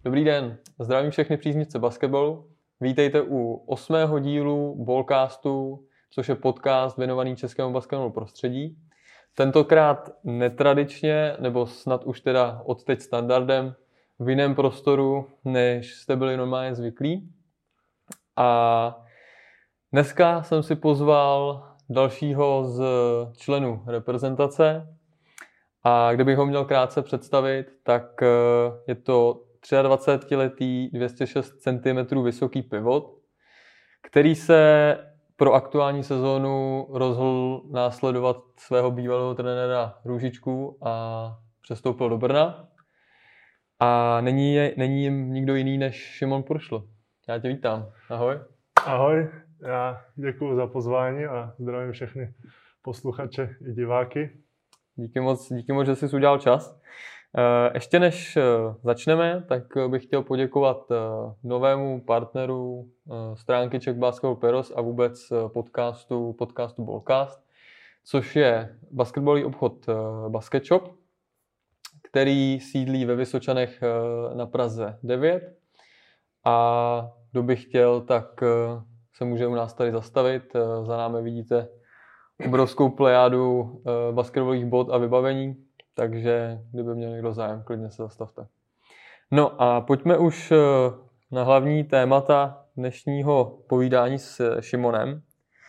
Dobrý den, zdravím všechny příznivce basketbalu. Vítejte u 8. dílu Ballcastu, což je podcast věnovaný českému basketbalu prostředí. Tentokrát netradičně, nebo snad už teda odteď standardem, v jiném prostoru, než jste byli normálně zvyklí. A dneska jsem si pozval dalšího z členů reprezentace. A kdybych ho měl krátce představit, tak je to 23letý 206 cm vysoký pivot, který se pro aktuální sezónu rozhodl následovat svého bývalého trenéra Růžičku a přestoupil do Brna. A není jim nikdo jiný než Šimon Puršl. Já tě vítám. Ahoj. Ahoj, já děkuji za pozvání a zdravím všechny posluchače i diváky. Díky moc, že jsi udělal čas. Ještě než začneme, tak bych chtěl poděkovat novému partneru stránky Czech Basketball Peros a vůbec podcastu Ballcast, což je basketbalový obchod Basket Shop, který sídlí ve Vysočanech na Praze 9. A kdo by chtěl, tak se může u nás tady zastavit. Za námi vidíte obrovskou plejádu basketbalových bot a vybavení, takže kdyby měl někdo zájem, klidně se zastavte. No a pojďme už na hlavní témata dnešního povídání s Šimonem.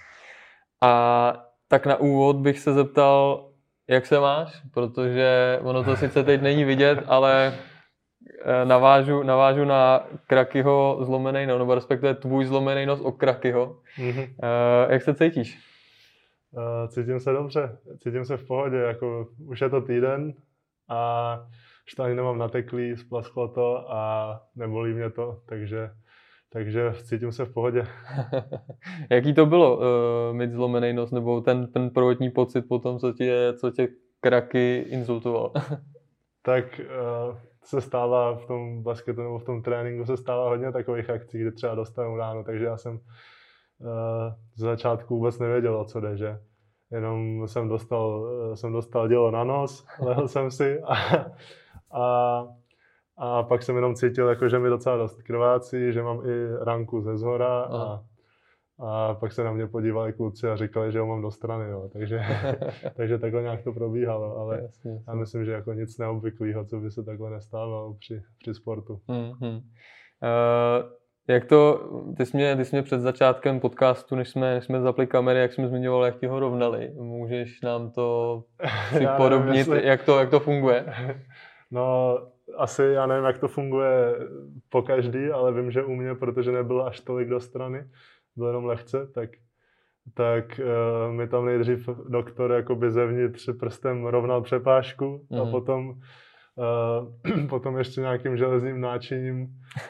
A tak na úvod bych se zeptal, jak se máš, protože ono to sice teď není vidět, ale navážu na Krakyho zlomený nos, nebo respektive tvůj zlomený nos o Krakyho. Mm-hmm. Jak se cítíš? Cítím se dobře, cítím se v pohodě, jako už je to týden a štány nemám nateklý, splasklo to a nebolí mě to, takže cítím se v pohodě. Jaký to bylo mít zlomený nos, nebo ten prvotní pocit po tom, co tě Kraky insultoval? Tak se stává v tom basketu nebo v tom tréninku se stává hodně takových akcí, kdy třeba dostanu ráno, takže já jsem z začátku vůbec nevěděl, o co jde, že? Jenom jsem dostal dělo na nos, lehl jsem si a pak jsem jenom cítil, jako, že mi docela dost krvácí, že mám i ranku ze zhora a pak se na mě podívali kluci a říkali, že ho mám do strany, jo. Takže takhle nějak to probíhalo, ale jasně. Já myslím, že jako nic neobvyklého, co by se takhle nestávalo při sportu. Mm-hmm. Jak to, ty jsi mě před začátkem podcastu, než jsme zapli kamery, jak jsme zmiňovali, jak ti ho rovnali. Můžeš nám to připodobnit, jak to funguje? No, asi já nevím, jak to funguje po každý, ale vím, že u mě, protože nebylo až tolik do strany, bylo jenom lehce, tak mi tam nejdřív doktor jakoby zevnitř prstem rovnal přepážku a potom ještě nějakým železním náčiním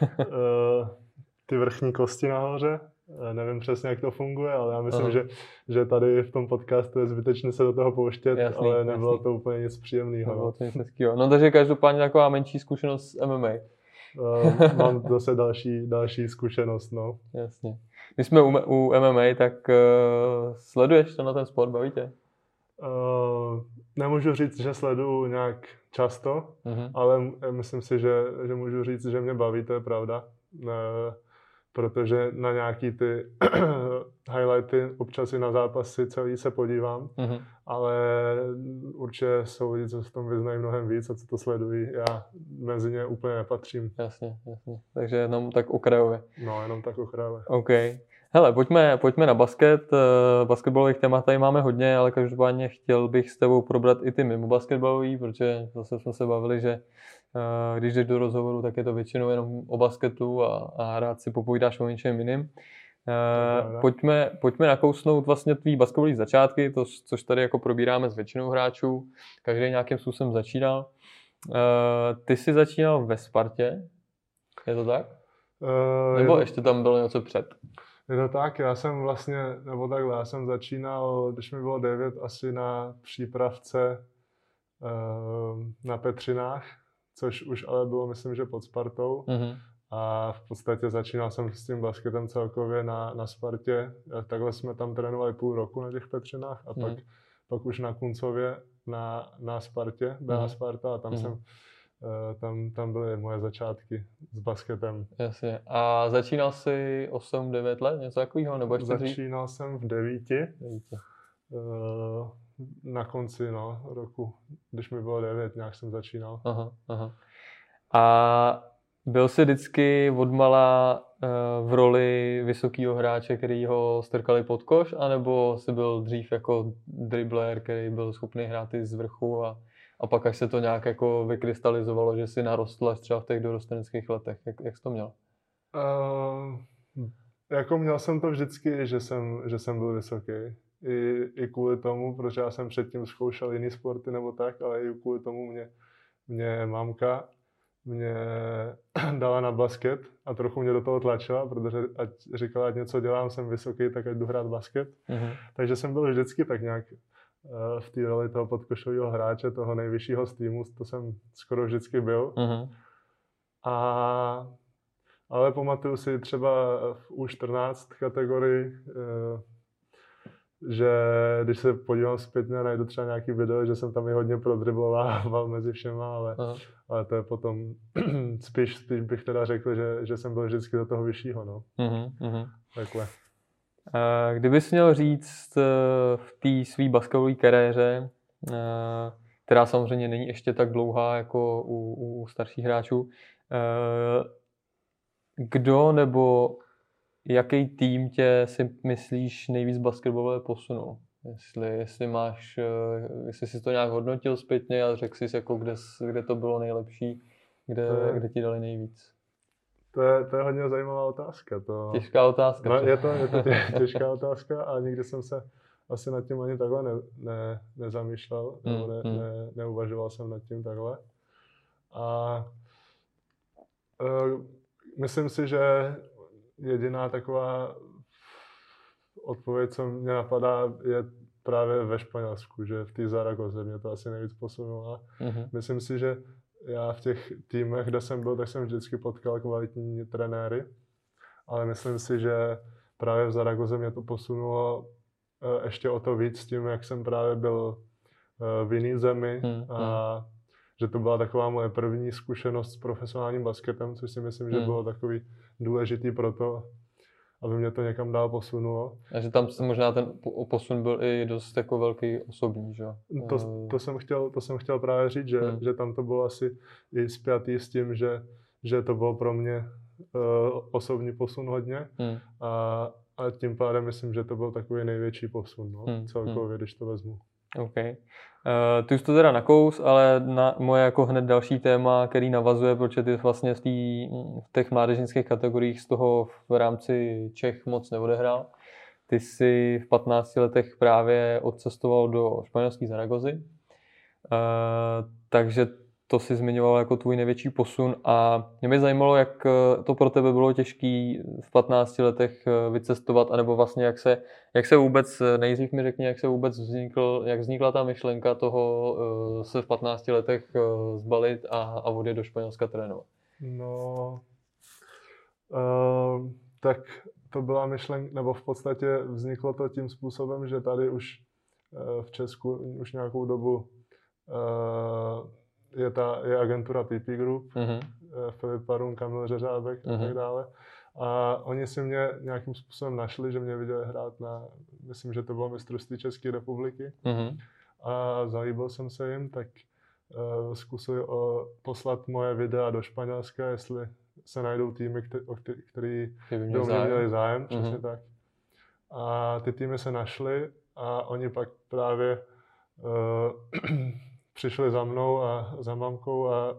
ty vrchní kosti nahoře. Nevím přesně, jak to funguje, ale já myslím, že tady v tom podcastu je zbytečné se do toho pouštět, ale nebylo to úplně nic příjemného. No takže každopádně taková menší zkušenost s MMA. Mám zase další zkušenost, no. Jasně. Když jsme u MMA, tak sleduješ to na ten sport, baví tě? Nemůžu říct, že sleduju nějak často, ale myslím si, že můžu říct, že mě baví, to je pravda. Protože na nějaký ty highlighty občas i na zápasy celý se podívám, ale určitě jsou lidi, co se v tom vyznají mnohem víc a co to sledují. Já mezi ně úplně nepatřím. Jasně. Takže jenom tak okrajově. No, jenom tak okrajově. OK. Hele, pojďme na basket. Basketbalových témat tady máme hodně, ale každopádně chtěl bych s tebou probrat i ty mimo basketbalový, protože zase jsme se bavili, že když jdeš do rozhovoru, tak je to většinou jenom o basketu a rád si popovídáš o něčem jiným. Pojďme nakousnout vlastně tvý basketbalový začátky, což tady jako probíráme s většinou hráčů. Každý nějakým způsobem začínal. Ty jsi začínal ve Spartě, je to tak? Nebo ještě tam bylo něco před? Je to tak, já jsem začínal, když mi bylo 9, asi na přípravce na Petřinách, což už ale bylo, myslím, že pod Spartou. A v podstatě začínal jsem s tím basketem celkově na Spartě. Takhle jsme tam trénovali půl roku na těch Petřinách a pak už na Kuncově na Spartě, byla Sparta a tam jsem tam byly moje začátky s basketem. Jasně. A začínal jsi 8-9 let, něco takového? Nebo ještě začínal jsem v 9. Na konci roku, když mi bylo 9, nějak jsem začínal. Aha. A byl jsi vždycky odmala v roli vysokého hráče, který ho strkali pod koš, anebo jsi byl dřív jako dribler, který byl schopný hrát i z vrchu a pak až se to nějak jako vykrystalizovalo, že jsi narostl až třeba v těch dorosteneckých letech. Jak jsi to měl? Jako měl jsem to vždycky, že jsem byl vysoký. I kvůli tomu, protože já jsem předtím zkoušel jiný sporty nebo tak, ale i kvůli tomu mě mamka mě dala na basket a trochu mě do toho tlačila, protože ať říkala, ať něco dělám, jsem vysoký, tak ať jdu hrát basket. Mm-hmm. Takže jsem byl vždycky tak nějak v té roli toho podkošového hráče, toho nejvyššího z týmu, to jsem skoro vždycky byl. Mm-hmm. Ale pamatuju si třeba v U14 kategorii, že když se podívám zpětně, najdu třeba nějaký video, že jsem tam i hodně prodribloval mezi všema, ale to je potom spíš bych teda řekl, že jsem byl vždycky do toho vyššího, no. Mm-hmm. Takhle. Kdybys měl říct v té své basketbalové kariéře, která samozřejmě není ještě tak dlouhá jako u starších hráčů, kdo nebo jaký tým tě si myslíš nejvíc basketbalové posunul? Jestli jsi to nějak hodnotil zpětně a řekl jsi, jako kde to bylo nejlepší, kde ti dali nejvíc? To je hodně zajímavá otázka. Těžká otázka. No, je to těžká otázka a nikdy jsem se asi nad tím ani takhle nezamýšlel, nebo neuvažoval jsem nad tím takhle. A myslím si, že jediná taková odpověď, co mě napadá, je právě ve Španělsku, že v té Zaragoze mě to asi nejvíc posunulo. Mm-hmm. Myslím si, že já v těch týmech, kde jsem byl, tak jsem vždycky potkal kvalitní trenéry, ale myslím si, že právě v Zaragoze mě to posunulo ještě o to víc s tím, jak jsem právě byl v jiné zemi a že to byla taková moje první zkušenost s profesionálním basketem, což si myslím, že bylo takový důležitý pro to, aby mě to někam dál posunulo. A že tam možná ten posun byl i dost jako velký osobní, že? To jsem chtěl právě říct, že tam to bylo asi i spjatý s tím, že to bylo pro mě osobní posun hodně a tím pádem myslím, že to byl takový největší posun, celkově, když to vezmu. OK. Ty už to teda nakous, ale moje jako hned další téma, který navazuje, protože ty vlastně v těch mládežnických kategoriích z toho v rámci Čech moc neodehrál. Ty jsi v 15 letech právě odcestoval do španělské Zaragozy, takže to si zmiňoval jako tvůj největší posun a mě by zajímalo, jak to pro tebe bylo těžký v 15 letech vycestovat, anebo vlastně jak se vůbec, nejdřív mi řekni, jak vznikla ta myšlenka toho se v 15 letech zbalit a odjet do Španělska trénovat. No, tak to byla myšlenka, nebo v podstatě vzniklo to tím způsobem, že tady už v Česku už nějakou dobu je agentura PP Group, Filip Parun, Kamil Řeřábek a tak dále. A oni si mě nějakým způsobem našli, že mě viděli hrát myslím, že to bylo mistrovství České republiky. A zalíbil jsem se jim, tak zkusili poslat moje videa do Španělska, jestli se najdou týmy, který by měli zájem, přesně tak. A ty týmy se našly a oni pak právě přišli za mnou a za mamkou a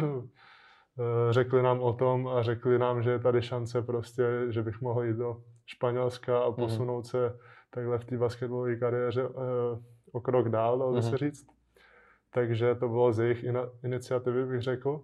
řekli nám o tom a řekli nám, že je tady šance prostě, že bych mohl jít do Španělska a posunout se takhle v té basketbalové kariéře o krok dál, dalo by se říct. Takže to bylo z jejich iniciativy, bych řekl.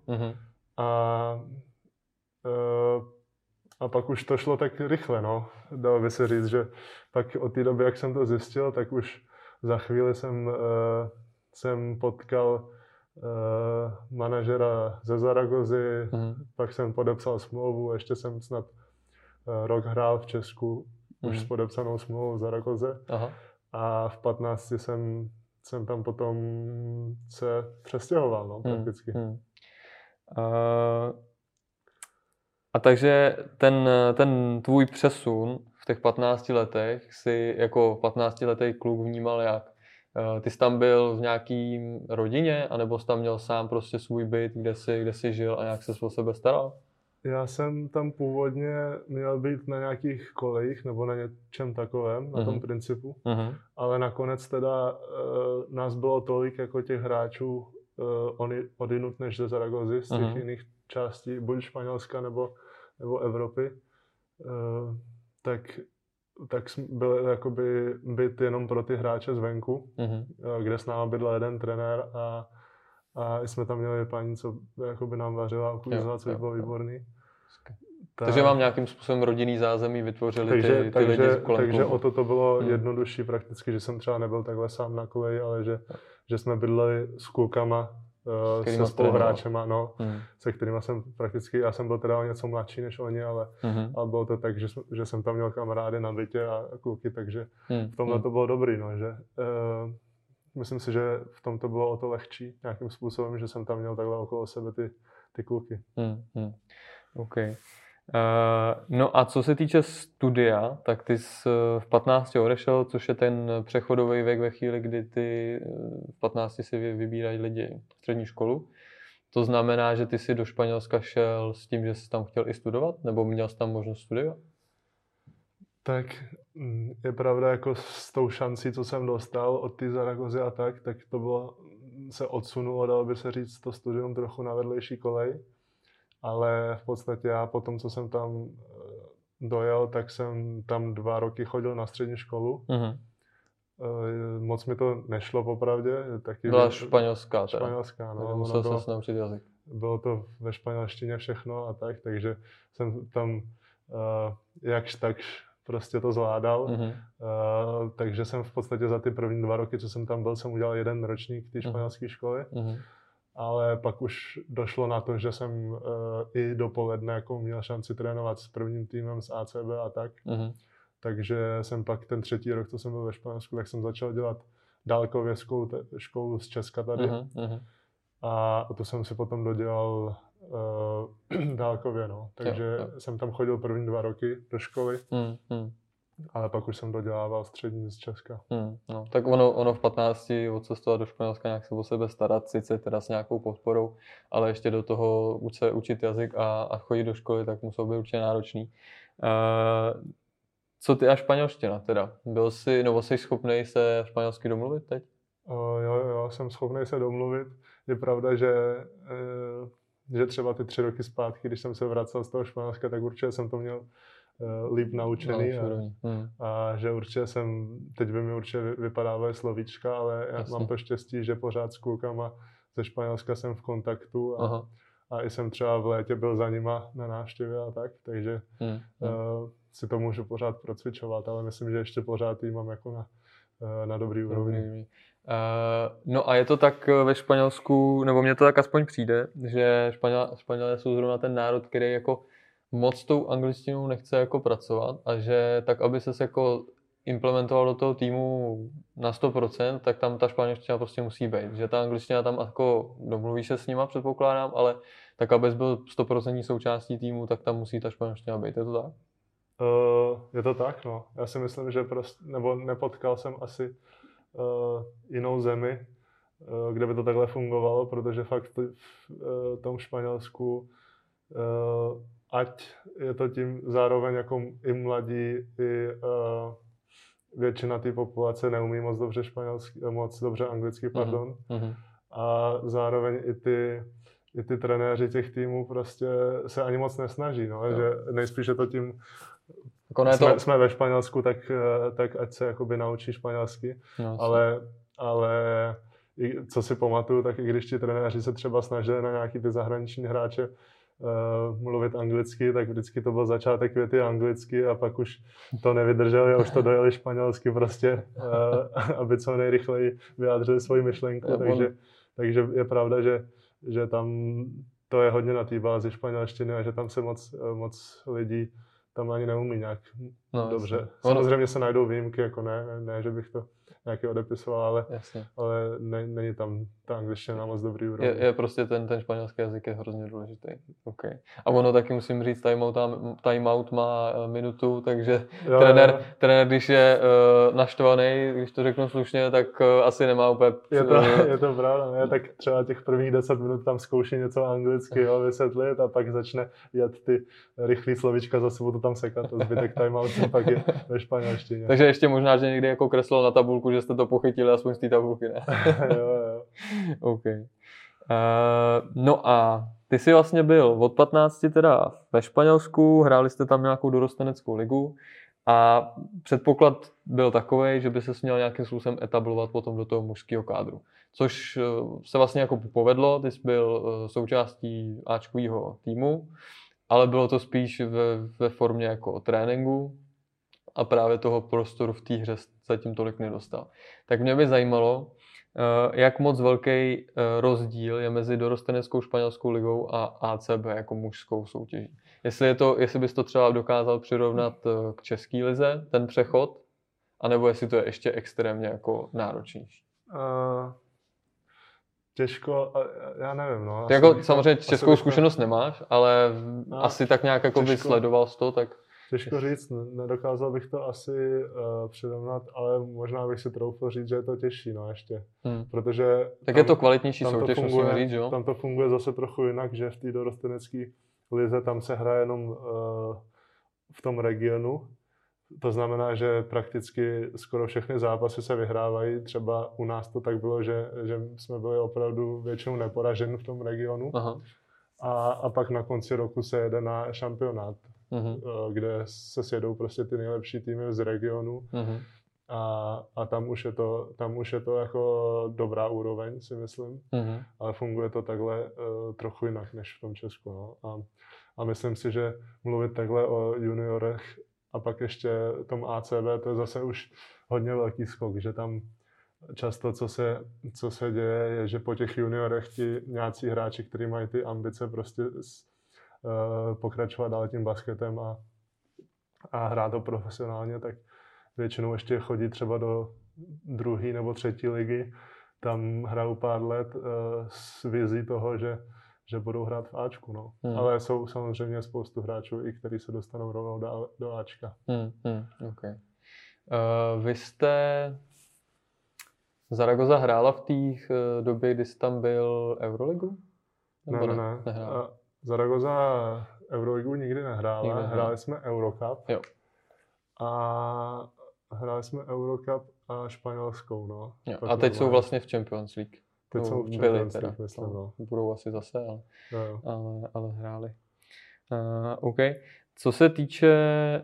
A pak už to šlo tak rychle, no. Dalo by se říct, že pak od té doby, jak jsem to zjistil, tak už za chvíli jsem potkal manažera ze Zaragozy, pak jsem podepsal smlouvu, ještě jsem snad rok hrál v Česku, už s podepsanou smlouvou v Zaragoze. A v 15 jsem tam potom se přestěhoval, no, prakticky. A takže ten tvůj přesun v těch 15 letech si jako 15letý kluk vnímal jak? Ty jsi tam byl v nějaký rodině, anebo jsi tam měl sám prostě svůj byt, kde jsi žil a nějak se o sebe staral? Já jsem tam původně měl být na nějakých kolejích nebo na něčem takovém, na tom principu, ale nakonec teda nás bylo tolik jako těch hráčů odinut než ze Zaragozy, z těch jiných částí, buď Španělska nebo Evropy, tak byl jakoby byt jenom pro ty hráče zvenku, kde s námi bydlel jeden trenér a jsme tam měli paní, co jakoby nám vařila a uklízela, což bylo výborný. Takže vám nějakým způsobem rodinný zázemí vytvořili ty lidi kolem Takže klubu. o to bylo jednodušší prakticky, že jsem třeba nebyl takhle sám na koleji, ale že jsme bydleli s klukama, se spoluhráčema, se kterými jsem prakticky, já jsem byl teda něco mladší než oni, ale bylo to tak, že jsem tam měl kamarády na bytě a kluky, takže v tomhle to bylo dobrý, že myslím si, že v tom to bylo o to lehčí nějakým způsobem, že jsem tam měl takhle okolo sebe ty kluky. Okay. No a co se týče studia, tak ty jsi v 15 odešel, což je ten přechodový věk ve chvíli, kdy ty v 15 si vybírají lidi střední školu. To znamená, že ty jsi do Španělska šel s tím, že jsi tam chtěl i studovat, nebo měl jsi tam možnost studovat? Tak je pravda, jako s tou šancí, co jsem dostal od té Zaragozy a tak to bylo, se odsunulo, dalo by se říct, to studium trochu na vedlejší kolej. Ale v podstatě já po tom, co jsem tam dojel, tak jsem tam 2 roky chodil na střední školu. Moc mi to nešlo popravdě. Byla španělská teda. Španělská, no. Musel se naučit jazyk. Bylo to ve španělštině všechno a takže jsem tam jakž takž prostě to zvládal. Takže jsem v podstatě za ty první 2 roky, co jsem tam byl, jsem udělal 1 ročník té španělské školy. Ale pak už došlo na to, že jsem i dopoledne jako měl šanci trénovat s prvním týmem z ACB a tak. Takže jsem pak ten 3. rok, co jsem byl ve Španělsku, tak jsem začal dělat dálkově školu z Česka tady. A to jsem si potom dodělal dálkově, Takže jsem tam chodil první 2 roky do školy. Ale pak už jsem dodělával střední z Česka. Tak ono v 15 odcestovat do Španělska, nějak se o sebe starat, sice teda s nějakou podporou, ale ještě do toho učit jazyk a chodit do školy, tak muselo být určitě náročný. Co ty a španělština teda? Jsi schopný se španělsky domluvit teď? Jo, jsem schopný se domluvit. Je pravda, že třeba ty 3 roky zpátky, když jsem se vracel z toho Španělska, tak určitě jsem to měl líp naučený a že určitě teď by mi určitě vypadávaly slovíčka, ale já mám to štěstí, že pořád s klukama ze Španělska jsem v kontaktu a i jsem třeba v létě byl za nima na návštěvě a tak, takže si to můžu pořád procvičovat, ale myslím, že ještě pořád jí mám jako na dobrý úrovni. No a je to tak ve Španělsku, nebo mně to tak aspoň přijde, že Španělé jsou zrovna ten národ, který jako moc tou angličtinou nechce jako pracovat a že tak, aby ses jako implementoval do toho týmu na 100%, tak tam ta španělština prostě musí být. Že ta angličtina tam jako domluvíš se s nima, předpokládám, ale tak, abys byl 100% součástí týmu, tak tam musí ta španělština být. Je to tak? Je to tak, no. Já si myslím, že nebo nepotkal jsem asi jinou zemi, kde by to takhle fungovalo, protože fakt v tom Španělsku ať je to tím zároveň jako i mladí, i většina té populace neumí moc dobře anglicky, pardon. A zároveň i ty trenéři těch týmů prostě se ani moc nesnaží, že nejspíš je to tím, jsme ve Španělsku, tak ať se jakoby naučí španělsky, ale co si pamatuju, tak i když ti trenéři se třeba snažili na nějaký ty zahraniční hráče mluvit anglicky, tak vždycky to byl začátek věty anglicky a pak už to nevydrželi a už to dojeli španělsky prostě, aby co nejrychleji vyjádřili svoji myšlenku, takže je pravda, že tam to je hodně na té bázi španělštiny a že tam se moc lidí tam ani neumí nějak dobře. Samozřejmě se najdou výjimky, jako ne, že bych to nějaký odepisoval, ale není tam ta angličtina moc dobrý úroveň. Je prostě ten španělský jazyk je hrozně důležitý. Okay. A ono taky musím říct, timeout má minutu, takže trenér, když je naštvaný, když to řeknu slušně, tak asi nemá úplně... Je to pravda, ne? Tak třeba těch prvních 10 minut tam zkouší něco anglicky vysvětlit a pak začne jet ty rychlý slovíčka, zase budu tam sekat a zbytek timeoutu pak je ve španělštině. Takže ještě možná, že někdy jako kreslil na tabulku, že jste to pochytili aspoň z té tabulky, ne? jo. Okay. No a ty jsi vlastně byl od 15 teda ve Španělsku, hráli jste tam nějakou dorosteneckou ligu a předpoklad byl takovej, že by se měl nějakým způsobem etablovat potom do toho mužského kádru. Což se vlastně jako povedlo, ty jsi byl součástí áčkového týmu, ale bylo to spíš ve formě jako tréninku a právě toho prostoru v té hře zatím tolik nedostal. Tak mě by zajímalo, jak moc velký rozdíl je mezi dorosteneckou španělskou ligou a ACB jako mužskou soutěží. Jestli bys to třeba dokázal přirovnat k české lize, ten přechod, anebo jestli to je ještě extrémně jako náročnější. Těžko, já nevím, no. Ty jako samozřejmě českou zkušenost nemáš, ale asi tak nějak jako bys sledoval to, tak... Těžko říct, nedokázal bych to asi přirovnat, ale možná bych si troufl říct, že je to těžší, no ještě. Protože tak je to kvalitnější soutěž, musíme říct, jo? Tam to funguje zase trochu jinak, že v té dorostenecké lize tam se hraje jenom v tom regionu. To znamená, že prakticky skoro všechny zápasy se vyhrávají. Třeba u nás to tak bylo, že jsme byli opravdu většinou neporaženi v tom regionu. Aha. A pak na konci roku se jede na šampionát, kde se sjedou prostě ty nejlepší týmy z regionu. A tam už je to jako dobrá úroveň, si myslím. Ale funguje to takhle trochu jinak než v tom Česku. No. A myslím si, že mluvit takhle o juniorech a pak ještě tom ACB, to je zase už hodně velký skok, že tam často, co se děje, je, že po těch juniorech ti nějací hráči, kteří mají ty ambice prostě pokračovat dál tím basketem a hrát to profesionálně, tak většinou ještě chodí třeba do druhé nebo třetí ligy, tam hrajou pár let s vizí toho, že budou hrát v Ačku, no. Ale jsou samozřejmě spoustu hráčů, i kteří se dostanou rovnou do Ačka. Okay. Vy jste Zaragoza hrála v té době, kdy jsi tam byl Euroligu? Ne. Zaragoza Euroligu nikdy nehrála. Hráli jsme Eurocup. Jo. A hráli jsme Eurocup a španělskou, no. Jo. A teď jsou vlastně v Champions League. Teď jsou v Champions League, myslím, no. Budou asi zase, ale hráli. OK. Co se týče...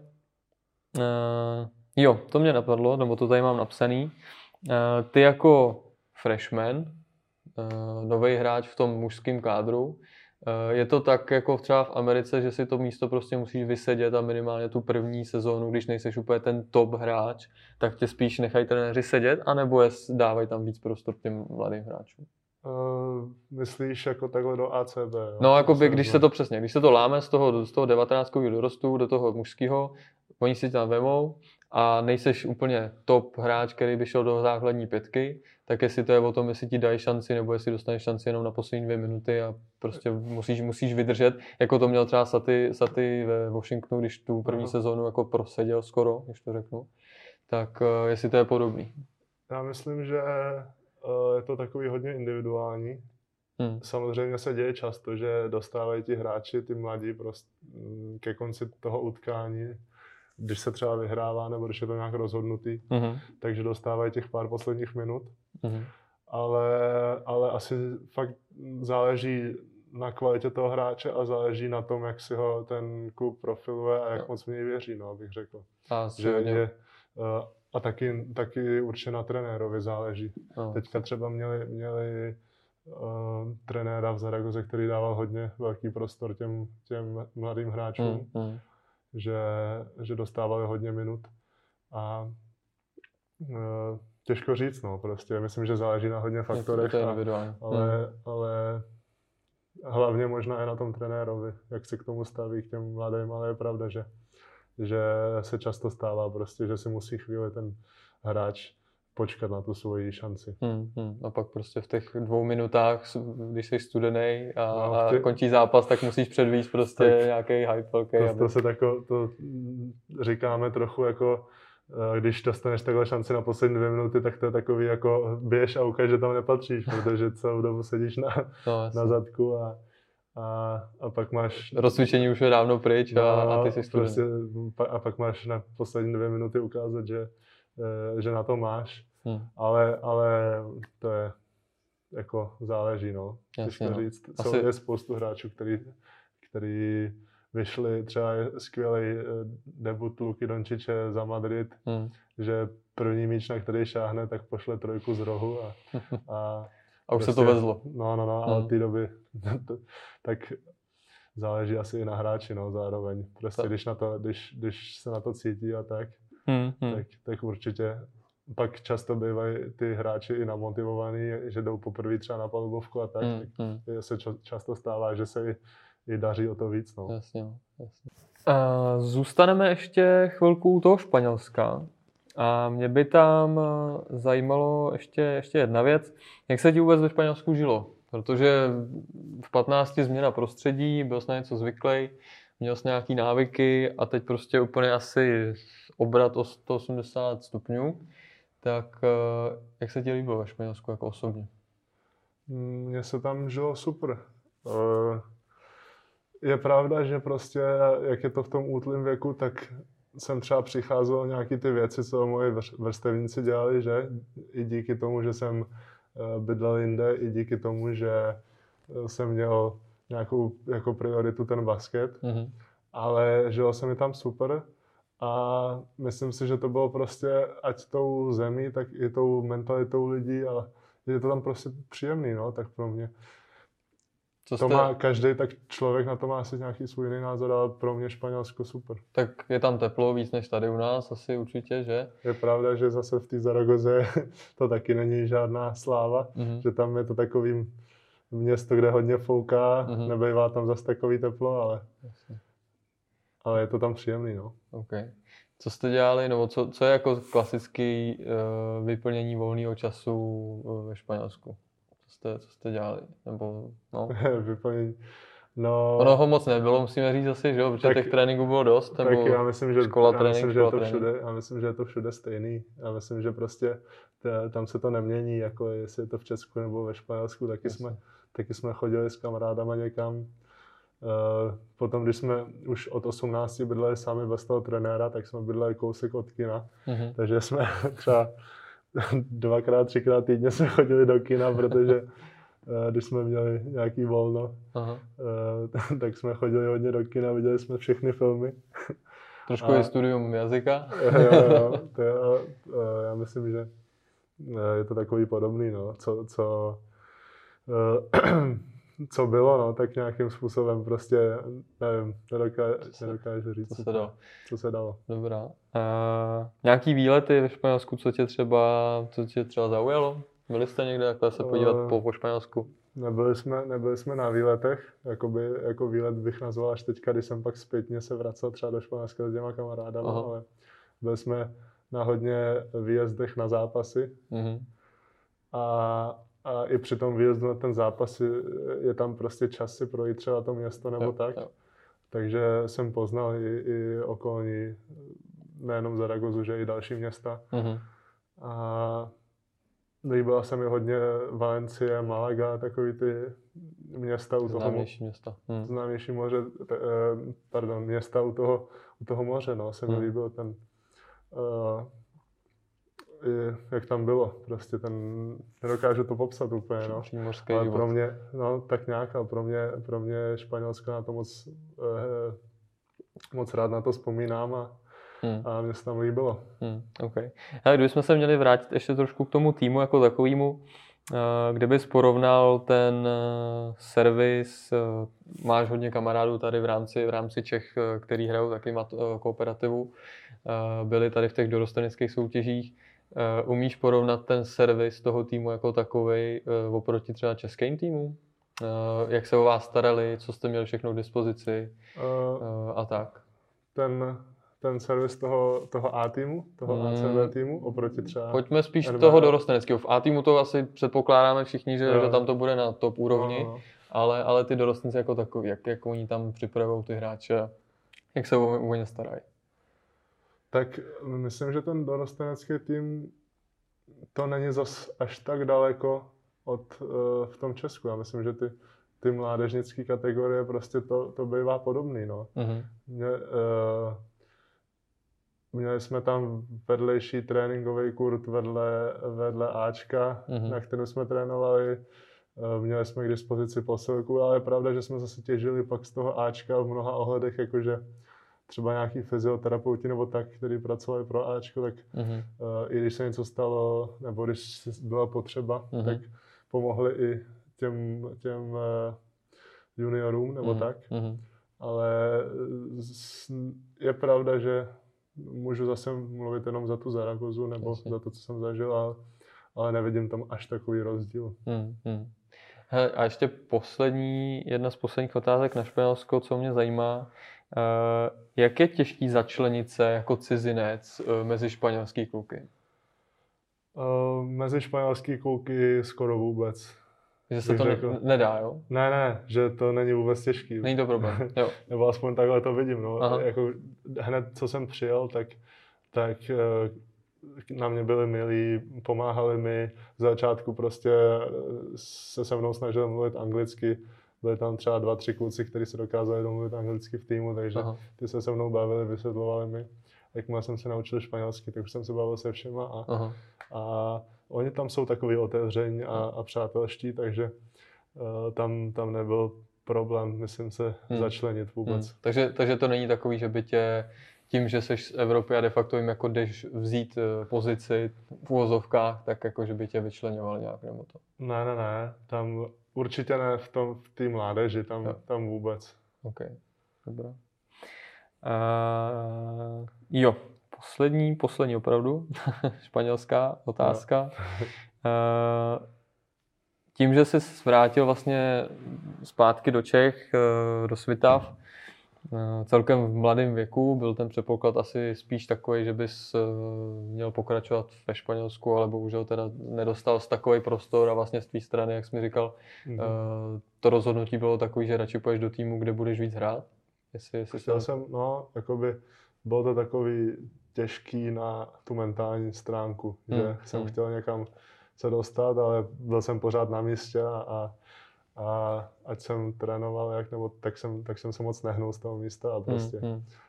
to mě napadlo, nebo to tady mám napsaný. Ty jako freshman, nový hráč v tom mužském kádru, je to tak jako třeba v Americe, že si to místo prostě musíš vysedět a minimálně tu první sezónu, když nejseš úplně ten top hráč, tak tě spíš nechají trenéři sedět, anebo dávají tam víc prostor těm mladým hráčům? Myslíš jako takhle do ACB? Jo? No, jakoby, když se to láme z toho 19. dorostu do toho mužského, oni si tam vemou a nejseš úplně top hráč, který by šel do základní pětky, tak jestli to je o tom, jestli ti dají šanci, nebo jestli dostaneš šanci jenom na poslední 2 minuty a prostě musíš vydržet, jako to měl třeba Saty ve Washingtonu, když tu první sezónu jako proseděl skoro, když to řeknu, tak jestli to je podobný. Já myslím, že je to takový hodně individuální. Samozřejmě se děje často, že dostávají ti hráči, ty mladí prostě ke konci toho utkání, když se třeba vyhrává nebo když je to nějak rozhodnutý, takže dostávají těch pár posledních minut. Ale asi fakt záleží na kvalitě toho hráče a záleží na tom, jak si ho ten klub profiluje a jak moc v něj věří, no, bych řekl. A taky určitě na trenérovi záleží. Teďka třeba měli trenéra v Zaragoze, který dával hodně velký prostor těm mladým hráčům, že dostávali hodně minut. A těžko říct, no, prostě. Myslím, že záleží na hodně faktorech, ale hlavně možná i na tom trenérovi, jak se k tomu staví, k těm mladým, ale je pravda, že se často stává prostě, že si musí chvíli ten hráč počkat na tu svoji šanci. A pak prostě v těch 2 minutách, když jsi studený a končí zápas, tak musíš předvíct prostě nějaký hype velký. To říkáme trochu jako, když dostaneš takhle šanci na poslední 2 minuty, tak to je takový jako běž a ukaž, že tam nepatříš, protože celou dobu sedíš na zadku a pak máš... Rozcvičení už je dávno pryč a ty jsi studený. Prostě, a pak máš na poslední 2 minuty ukázat, že na to máš. Ale to je jako záleží, no. Těžko říct. Je spoustu hráčů, který vyšli, třeba je skvělý debut Luky Dončiče za Madrid, že první míč, na který šáhne, tak pošle 3 z rohu a už prostě, se to vezlo. No, ale ty doby, tak záleží asi i na hráči, no, zároveň. Prostě když se na to cítí a tak určitě. Pak často bývají ty hráči i namotivovaní, že jdou poprvé třeba na palubovku a tak se často stává, že se i daří o to víc. No. Jasně. Zůstaneme ještě chvilku u toho Španělska. A mě by tam zajímalo ještě jedna věc. Jak se ti vůbec ve Španělsku žilo? Protože v 15 změna prostředí, byl jsi na něco zvyklý, měl jsi nějaký návyky a teď prostě úplně asi obrat o 180 stupňů. Tak jak se ti líbilo ve Španělsku jako osobně? Mně se tam žilo super. Je pravda, že prostě, jak je to v tom útlém věku, tak jsem třeba přicházel nějaký ty věci, co moji vrstevníci dělali, že? I díky tomu, že jsem bydlel jinde, i díky tomu, že jsem měl nějakou jako prioritu ten basket. Ale žilo se mi tam super. A myslím si, že to bylo prostě ať tou zemí, tak i tou mentalitou lidí a je to tam prostě příjemný, no, tak pro mě. Má každý tak člověk na to má asi nějaký svůj jiný názor, ale pro mě Španělsko super. Tak je tam teplo víc než tady u nás asi určitě, že? Je pravda, že zase v té Zaragoze to taky není žádná sláva, že tam je to takový město, kde hodně fouká, nebývá tam zase takový teplo, ale je to tam příjemný, no. Okay. Co jste dělali, nebo co je jako klasický vyplnění volného času ve Španělsku? Co jste dělali? Nebo, no. Vyplnění. No, ono ho moc nebylo, musíme říct asi, že jo, protože těch tréninků bylo dost, nebo tak já myslím, že škola trénink. Já myslím, že je to všude stejný. Já myslím, že prostě tam se to nemění, jako jestli je to v Česku nebo ve Španělsku, taky jsme chodili s kamarádama někam. Potom, když jsme už od 18 bydleli sami bez toho trenéra, tak jsme bydleli kousek od kina. Takže jsme třeba 2x, 3x týdně jsme chodili do kina, protože když jsme měli nějaký volno, tak jsme chodili hodně do kina, viděli jsme všechny filmy. Trošku je studium jazyka. Jo, já myslím, že je to takový podobný, no, co bylo, no, tak nějakým způsobem prostě, nevím, nedokážu říct, co se dalo. Dobrá. Nějaký výlety ve Španělsku, co tě třeba zaujalo? Byli jste někde takhle se podívat po Španělsku? Nebyli jsme na výletech, jako výlet bych nazval až teďka, když jsem pak zpětně se vracel třeba do Španělska s těma kamarádama, ale byli jsme na hodně výjezdech na zápasy. A i při tom výjezdu na ten zápas je tam prostě čas si projít třeba to město nebo tak. Jo. Takže jsem poznal i okolní, nejenom Zaragozu, že i další města. A líbila se mi hodně Valencie, Malaga, takový ty města u toho města. Známější moře, města u toho moře, no, se mi líbil ten jak tam bylo, prostě nedokážu to popsat úplně, no. Ale pro mě, no tak nějak, ale pro mě Španělsko na to moc rád na to vzpomínám a mě se tam líbilo. Okay. A kdybychom se měli vrátit ještě trošku k tomu týmu jako takovému, kde bys porovnal ten servis, máš hodně kamarádů tady v rámci Čech, který hrajou taky kooperativu, byli tady v těch dorosteneckých soutěžích. Umíš porovnat ten servis toho týmu jako takovej oproti třeba českým týmům? Jak se o vás starali, co jste měli všechno k dispozici a tak? ten servis toho A týmu, toho ACB týmu, oproti třeba... Pojďme spíš toho dorosteneckého. V A týmu to asi předpokládáme všichni, že tam to bude na top úrovni, ale ty dorostenci jako takový, jak oni tam připravují ty hráče, jak se o ně starají. Tak myslím, že ten dorostenecký tým to není zas až tak daleko v tom Česku. Já myslím, že ty mládežnické kategorie prostě to bývá podobný. No. Měli jsme tam vedlejší tréninkový kurt vedle Ačka, na kterém jsme trénovali. Měli jsme k dispozici posilku, ale je pravda, že jsme zase těžili pak z toho Ačka v mnoha ohledech, jakože třeba nějaký fyzioterapeuti nebo tak, kteří pracovali pro Ačko, tak i když se něco stalo, nebo když byla potřeba, tak pomohli i těm juniorům nebo tak. Ale je pravda, že můžu zase mluvit jenom za tu Zaragozu nebo za to, co jsem zažil, ale nevidím tam až takový rozdíl. Hele, a ještě jedna z posledních otázek na Španělsko, co mě zajímá. Jak je těžký začlenit se jako cizinec mezi španělský kluky? Mezi španělský kluky skoro vůbec. Že se to nedá, jo? Ne, že to není vůbec těžký. Není to problém, jo. Nebo aspoň takhle to vidím, no. Jako hned, co jsem přijel, tak na mě byli milí, pomáhali mi. Z začátku prostě se mnou snažili mluvit anglicky. Byli tam třeba 2-3 kluci, kteří se dokázali domluvit anglicky v týmu, takže ty se mnou bavili, vysvětlovali mi. Jakmile jsem se naučil španělsky, tak už jsem se bavil se všema a oni tam jsou takový otevření a přátelští, takže tam nebyl problém, myslím se, začlenit vůbec. Takže to není takový, že by tě tím, že jsi z Evropy a de facto jim jako jdeš vzít pozici v uvozovkách, tak jako, že by tě vyčleňoval nějak nebo to? Ne, tam určitě ne v té mládeži, tam vůbec. OK, dobrá. Jo, poslední opravdu, španělská otázka. Tím, že jsi vrátil vlastně zpátky do Čech, do Svitav, celkem v mladém věku, byl ten předpoklad asi spíš takový, že bys měl pokračovat ve Španělsku, ale bohužel teda nedostal takový prostor a vlastně z tvý strany, jak jsi mi říkal, to rozhodnutí bylo takový, že radši půjdeš do týmu, kde budeš víc hrát. Chtěl jsem, bylo to takový těžký na tu mentální stránku, že jsem chtěl někam se dostat, ale byl jsem pořád na místě a ať jsem trénoval tak jsem se moc nehnul z toho místa a prostě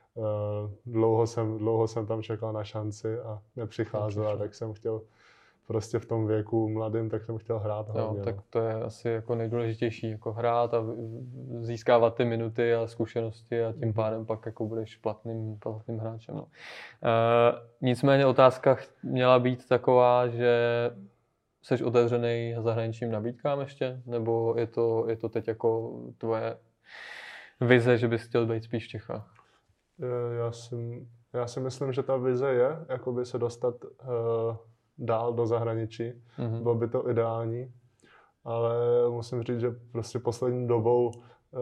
dlouho jsem tam čekal na šanci a nepřicházela, tak jsem chtěl prostě v tom věku mladým, tak jsem chtěl hrát hlavně. Jo, tak to je asi jako nejdůležitější, jako hrát a získávat ty minuty a zkušenosti a tím pádem pak jako budeš platným hráčem. No. Nicméně otázka měla být taková, že jsi otevřený zahraničním nabídkám ještě? Nebo je to teď jako tvoje vize, že bys chtěl být spíš v Čechách? Já si myslím, že ta vize je jakoby se dostat dál do zahraničí. Bylo by to ideální, ale musím říct, že prostě poslední dobou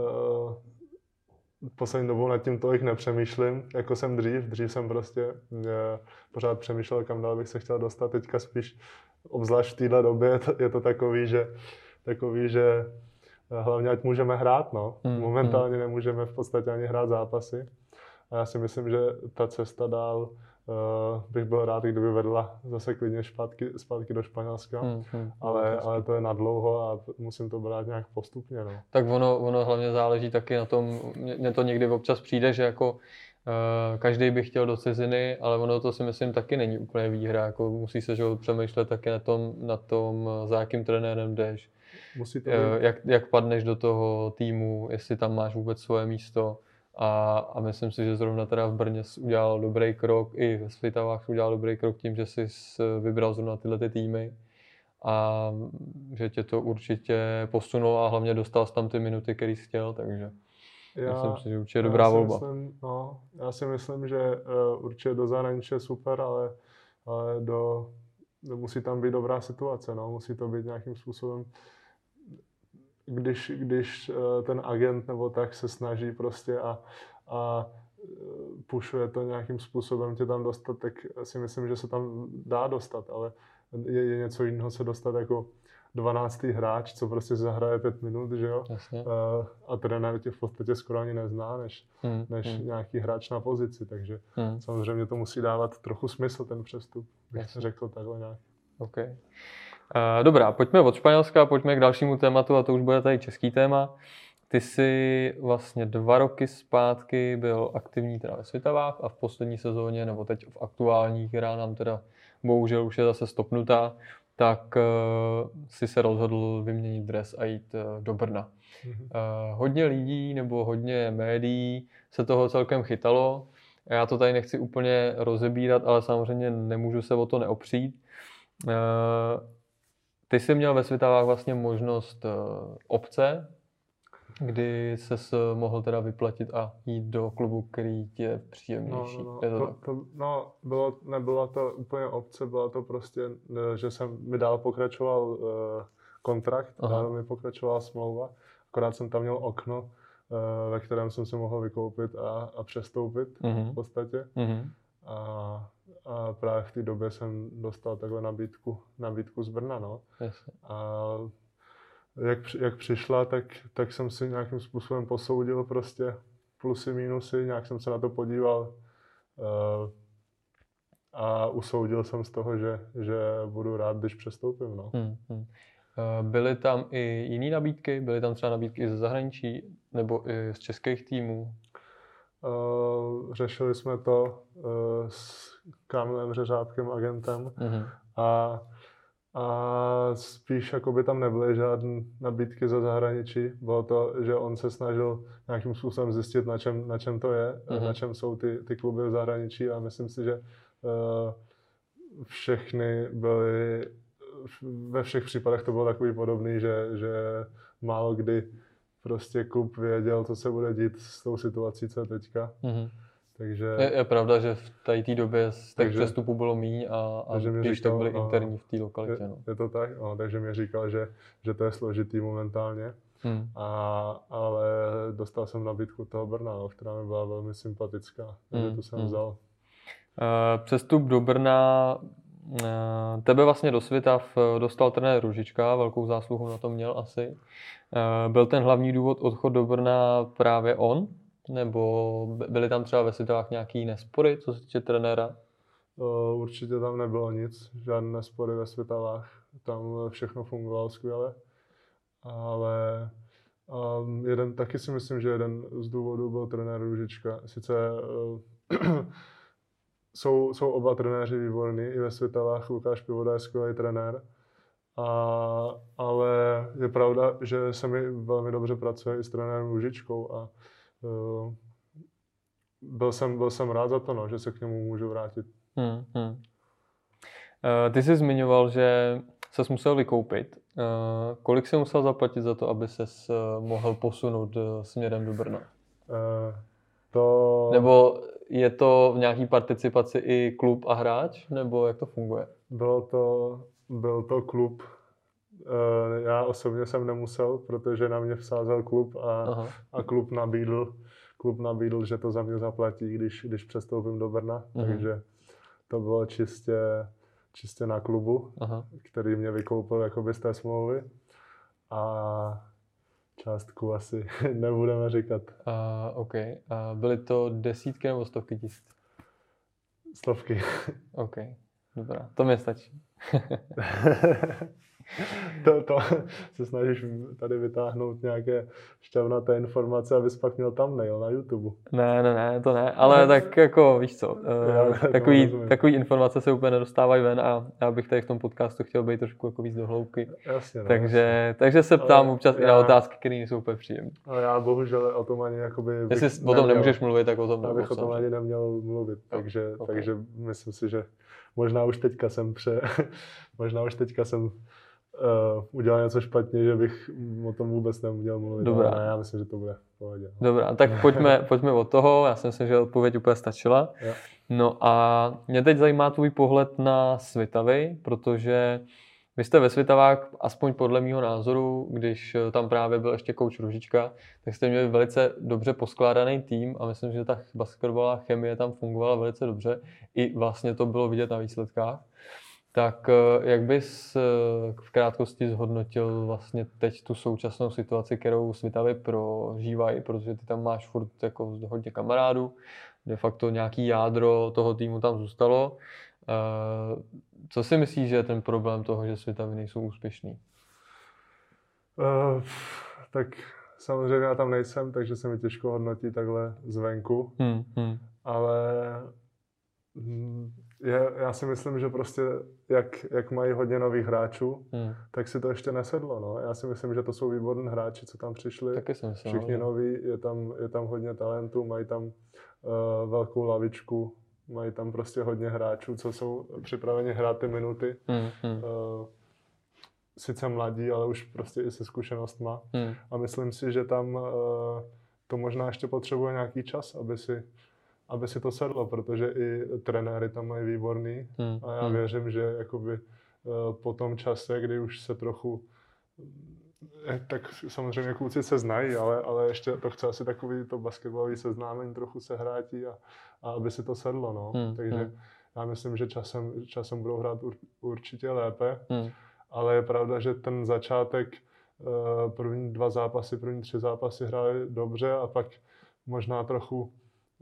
nad tím tolik nepřemýšlím, jako jsem dřív. Dřív jsem prostě pořád přemýšlel, kam dál bych se chtěl dostat. Teďka spíš, obzvlášť v téhle době, je to takový, že hlavně ať můžeme hrát, no. Momentálně nemůžeme v podstatě ani hrát zápasy. A já si myslím, že ta cesta dál bych byl rád, kdyby vedla zase klidně zpátky do Španělska, ale to je nadlouho a musím to brát nějak postupně. No. Tak ono hlavně záleží taky na tom, mně to někdy občas přijde, že jako každý by chtěl do ciziny, ale ono to si myslím taky není úplně výhra, jako musí se přemýšlet taky na tom, za jakým trenérem jdeš, jak padneš do toho týmu, jestli tam máš vůbec svoje místo. A myslím si, že zrovna teda v Brně udělal dobrý krok, i ve Svitavách udělal dobrý krok tím, že jsi vybral zrovna tyhle ty týmy a že tě to určitě posunulo a hlavně dostal jsi tam ty minuty, který jsi chtěl, takže myslím si, že určitě dobrá volba. Já si myslím, že určitě do zahraničí je super, ale musí tam být dobrá situace, no. Musí to být nějakým způsobem, když ten agent nebo tak se snaží prostě a pušuje to nějakým způsobem tě tam dostat, tak si myslím, že se tam dá dostat, ale je něco jiného se dostat jako 12. hráč, co prostě zahraje 5 minut, že jo? A trenér tě v podstatě skoro ani nezná, než nějaký hráč na pozici, takže samozřejmě to musí dávat trochu smysl ten přestup, bych řekl takhle nějak. Okay. Dobrá, pojďme od Španělska, pojďme k dalšímu tématu a to už bude tady český téma. Ty jsi vlastně 2 roky zpátky byl aktivní teda ve Svitavách a v poslední sezóně, nebo teď v aktuální, která nám teda bohužel už je zase stopnutá, tak si se rozhodl vyměnit dres a jít do Brna. Hodně lidí nebo hodně médií se toho celkem chytalo. Já to tady nechci úplně rozebírat, ale samozřejmě nemůžu se o to neopřít. Ty jsi měl ve Svitavách vlastně možnost opce, kdy ses mohl teda vyplatit a jít do klubu, který ti je příjemnější. Nebyla to úplně opce, byla to prostě, že jsem mi dál pokračoval kontrakt, dál mi pokračovala smlouva, akorát jsem tam měl okno, ve kterém jsem se mohl vykoupit a přestoupit v podstatě. A právě v té době jsem dostal takhle nabídku z Brna, no. A jak přišla, tak jsem si nějakým způsobem posoudil prostě plusy, minusy, nějak jsem se na to podíval a usoudil jsem z toho, že budu rád, když přestoupím, no. Byly tam i jiné nabídky? Byly tam třeba nabídky i ze zahraničí nebo i z českých týmů? Řešili jsme to s Kamilem Řeřábkem, agentem, a spíš jakoby tam nebyly žádné nabídky ze zahraničí. Bylo to, že on se snažil nějakým způsobem zjistit, na čem to je, na čem jsou ty kluby v zahraničí, a myslím si, že všechny byly, ve všech případech to bylo takový podobný, že málo kdy prostě klub věděl, co se bude dít s tou situací, co je teďka. Takže je pravda, že v té době z těch přestupů bylo míň a když tak byly interní v té lokalitě. Je to tak? Takže mi říkal, že to je složitý momentálně. Ale dostal jsem nabídku toho Brna, která mi byla velmi sympatická, takže to jsem vzal. Přestup do Brna, tebe vlastně do Svitav dostal trenér Růžička, velkou zásluhu na tom měl asi. Byl ten hlavní důvod odchod do Brna právě on? Nebo byly tam třeba ve Svitavách nějaký nespory, co se týče trenéra? Určitě tam nebylo nic, žádné nespory ve Svitavách. Tam všechno fungovalo skvěle. Ale taky si myslím, že jeden z důvodů byl trenér Růžička. Sice jsou oba trenéři výborní, i ve Svitavách Lukáš Pivoda je skvělý trenér. Ale je pravda, že se mi velmi dobře pracuje i s trenérem Růžičkou a byl jsem rád za to, že se k němu můžu vrátit. Ty jsi zmiňoval, že ses musel vykoupit. Kolik jsi musel zaplatit za to, aby ses mohl posunout směrem do Brna? Nebo je to v nějaký participaci i klub a hráč, nebo jak to funguje? Byl to klub. Já osobně jsem nemusel, protože na mě vsázel klub a klub nabídl, že to za mě zaplatí, když přestoupím do Brna. Takže to bylo čistě na klubu, který mě vykoupil jakoby z té smlouvy. A částku asi nebudeme říkat. OK. Byly to desítky nebo stovky tisíc? Stovky. OK. Dobrá. To mě stačí. To se snažíš tady vytáhnout nějaké šťavnaté informace, abys pak měl thumbnail na YouTube. Ne, to ne, ale tak jako víš co, takový informace se úplně nedostávají ven a já bych tady v tom podcastu chtěl být trošku jako víc do hloubky. Jasně, takže se ptám občas i na otázky, které nejsou úplně příjemné. Ale já bohužel o tom ani jakoby... Jestli o tom nemůžeš mluvit, tak o tom nemůžu. Abych o tom ani neměl mluvit, takže myslím si, že možná už teďka jsem udělal něco špatně, že bych o tom vůbec neměl mluvit. Dobrá. Ne, já myslím, že to bude v pohodě. Dobrá, tak pojďme od toho. Já si myslím, že odpověď úplně stačila. Jo. No a mě teď zajímá tvůj pohled na Svitavy, protože Vy jste ve Svitavách, aspoň podle mýho názoru, když tam právě byl ještě kouč Růžička, tak jste měli velice dobře poskládaný tým a myslím, že ta basketbalová chemie tam fungovala velice dobře. I vlastně to bylo vidět na výsledkách. Tak jak bys v krátkosti zhodnotil vlastně teď tu současnou situaci, kterou Svitavy prožívají, protože ty tam máš furt jako hodně kamarádů, de facto nějaký jádro toho týmu tam zůstalo. Co si myslíš, že je ten problém toho, že Svitavy nejsou úspěšný? Tak samozřejmě já tam nejsem, takže se mi těžko hodnotí takhle zvenku. Ale já si myslím, že prostě jak mají hodně nových hráčů, tak si to ještě nesedlo. No. Já si myslím, že to jsou výborní hráči, co tam přišli. Taky jsem myslel, všichni noví, je tam hodně talentů, mají tam velkou lavičku, mají tam prostě hodně hráčů, co jsou připraveni hrát ty minuty. Sice mladí, ale už prostě i se zkušenostma. A myslím si, že tam to možná ještě potřebuje nějaký čas, aby si to sedlo, protože i trenéry tam mají výborný. A já věřím, že jakoby po tom čase, kdy už se trochu, tak samozřejmě kluci se znají, ale ještě to chce asi takový to basketbalový seznámení trochu se hrátí a aby si to sedlo, no. Takže já myslím, že časem budou hrát určitě lépe, ale je pravda, že ten začátek, první 3 zápasy hráli dobře a pak možná trochu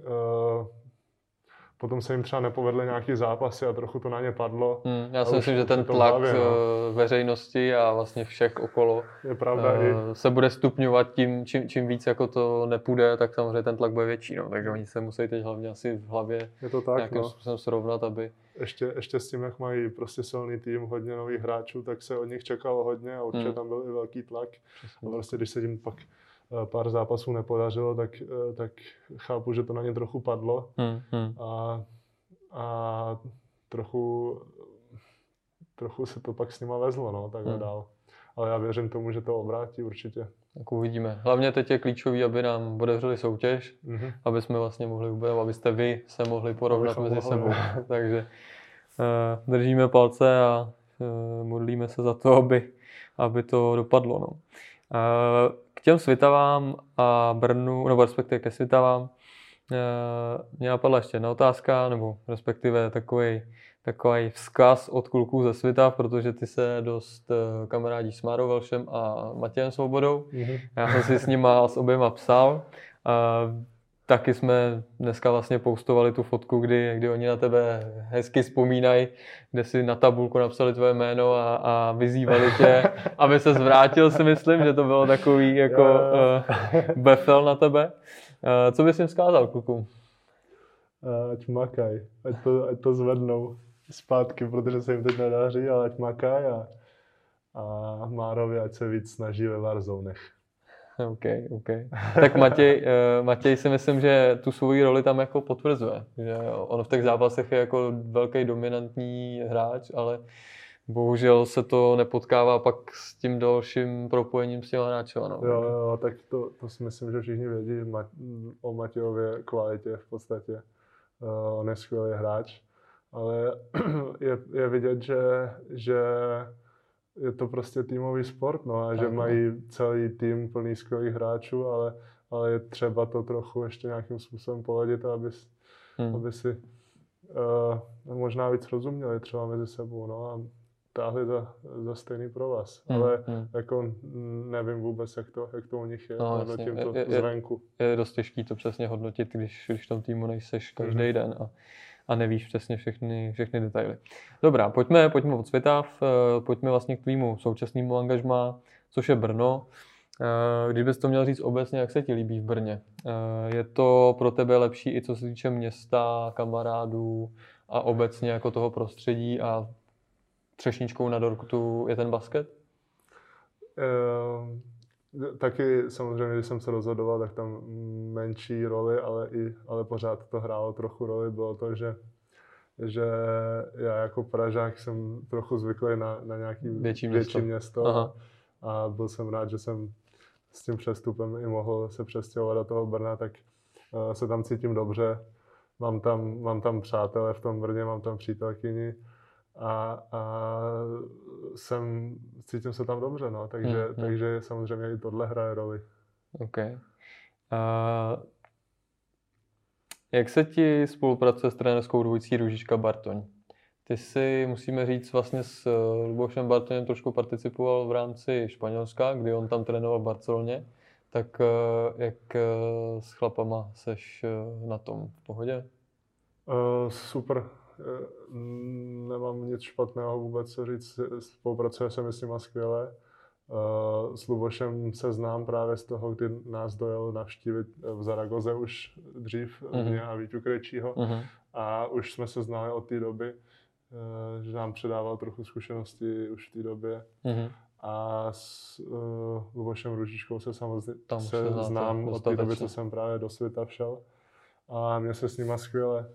potom se jim třeba nepovedly nějaký zápasy a trochu to na ně padlo. Já si myslím, že ten tlak veřejnosti a vlastně všech okolo je pravda, se bude stupňovat tím, čím víc jako to nepůjde, tak samozřejmě ten tlak bude větší. No. Takže oni se musí teď hlavně asi v hlavě nějakým způsobem srovnat, aby... Ještě s tím, jak mají prostě silný tým, hodně nových hráčů, tak se od nich čekalo hodně a určitě tam byl i velký tlak. A prostě když se tím pak pár zápasů nepodařilo, tak chápu, že to na ně trochu padlo a trochu se to pak s nima vezlo, no, takhle dál. Ale já věřím tomu, že to obrátí určitě. Tak uvidíme. Hlavně teď je klíčový, aby nám otevřeli soutěž, aby jsme vlastně mohli abyste vy se mohli porovnat mezi sebou. Takže držíme palce a modlíme se za to, aby to dopadlo. No. K těm Svitavám a Brnu, nebo respektive ke Svitavám, mě napadla ještě jedna otázka, nebo respektive takový vzkaz od kluků ze Svitav, protože ty se dost kamarádíš s Márou Velšem a Matějem Svobodou. Já jsem si s nima s oběma psal. Taky jsme dneska vlastně postovali tu fotku, kdy oni na tebe hezky vzpomínají, kde si na tabulku napsali tvoje jméno a vyzývali tě, aby se zvrátil, si myslím, že to bylo takový jako befel na tebe. Co bys jim vzkázal klukům? Ať makaj, ať to zvednou zpátky, protože se jim teď nedaří, ale ať makaj a Márovi ať se víc snaží ve Warzonech. OK. Tak Matěj si myslím, že tu svoji roli tam jako potvrzuje. Že on v těch zápasech je jako velký dominantní hráč, ale bohužel se to nepotkává pak s tím dalším propojením s těma hráčema. No. Jo, tak to si myslím, že všichni vědí o Matějově kvalitě v podstatě. On je skvělý hráč, ale je vidět, že je to prostě týmový sport, no, a že mají celý tým plný skvělých hráčů, ale je třeba to trochu ještě nějakým způsobem poladit, aby si možná víc rozuměli třeba mezi sebou, no, a táhli za stejný provaz. Ale jako nevím vůbec, jak to u nich je, hodnotím to zvenku. Je dost těžký to přesně hodnotit, když v tom týmu nejseš každý den a nevíš přesně všechny detaily. Dobrá, pojďme od Svitav, pojďme vlastně k tvýmu současnému angažmá, což je Brno. Když bys to měl říct obecně, jak se ti líbí v Brně? Je to pro tebe lepší i co se týče města, kamarádů a obecně jako toho prostředí a třešničkou na dortu je ten basket? Taky samozřejmě, když jsem se rozhodoval, tak tam menší roli, ale pořád to hrálo trochu roli. Bylo to, že já jako Pražák jsem trochu zvyklý na nějaký větší město. A byl jsem rád, že jsem s tím přestupem i mohl se přestěhovat do toho Brna, tak se tam cítím dobře. Mám tam přátelé v tom Brně, mám tam přítelkyni a cítím se tam dobře, no, takže samozřejmě i tohle hraje roli. Okay. Jak se ti spolupracuje s trenérskou dvojicí Růžička Bartoň? Ty si, musíme říct, vlastně s Lubošem Bartoněm trošku participoval v rámci Španělska, kdy on tam trénoval v Barceloně. Tak jak s chlapama seš na tom? V pohodě? Super. Nemám nic špatného vůbec co říct. Spolupracuje se mi s nima skvěle. S Lubošem se znám právě z toho, kdy nás dojel navštívit v Zaragoze už dřív, mě a Víťu Krejčího. A už jsme se znali od té doby, že nám předával trochu zkušeností už v té době. A s Lubošem Růžičkou se samozřejmě znám od té doby, co jsem právě do světa šel. A mě se s nima skvěle,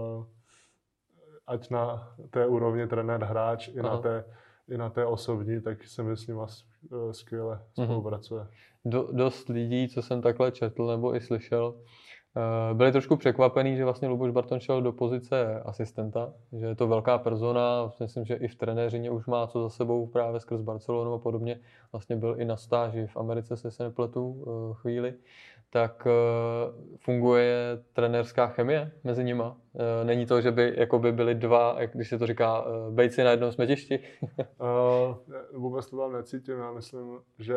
ať na té úrovni trenér-hráč, i na té osobní, tak se mi s nima skvěle spolupracuje. Dost lidí, co jsem takhle četl nebo i slyšel, byli trošku překvapený, že vlastně Luboš Bartoň šel do pozice asistenta, že je to velká persona, myslím, že i v trenéřině už má co za sebou právě skrz Barcelonu a podobně. Vlastně byl i na stáži v Americe, se nepletu chvíli. Tak funguje trenérská chemie mezi nima? Není to, že by jakoby byli dva, jak když se to říká, bejci na jednom smetišti? Vůbec to tam necítím. Já myslím,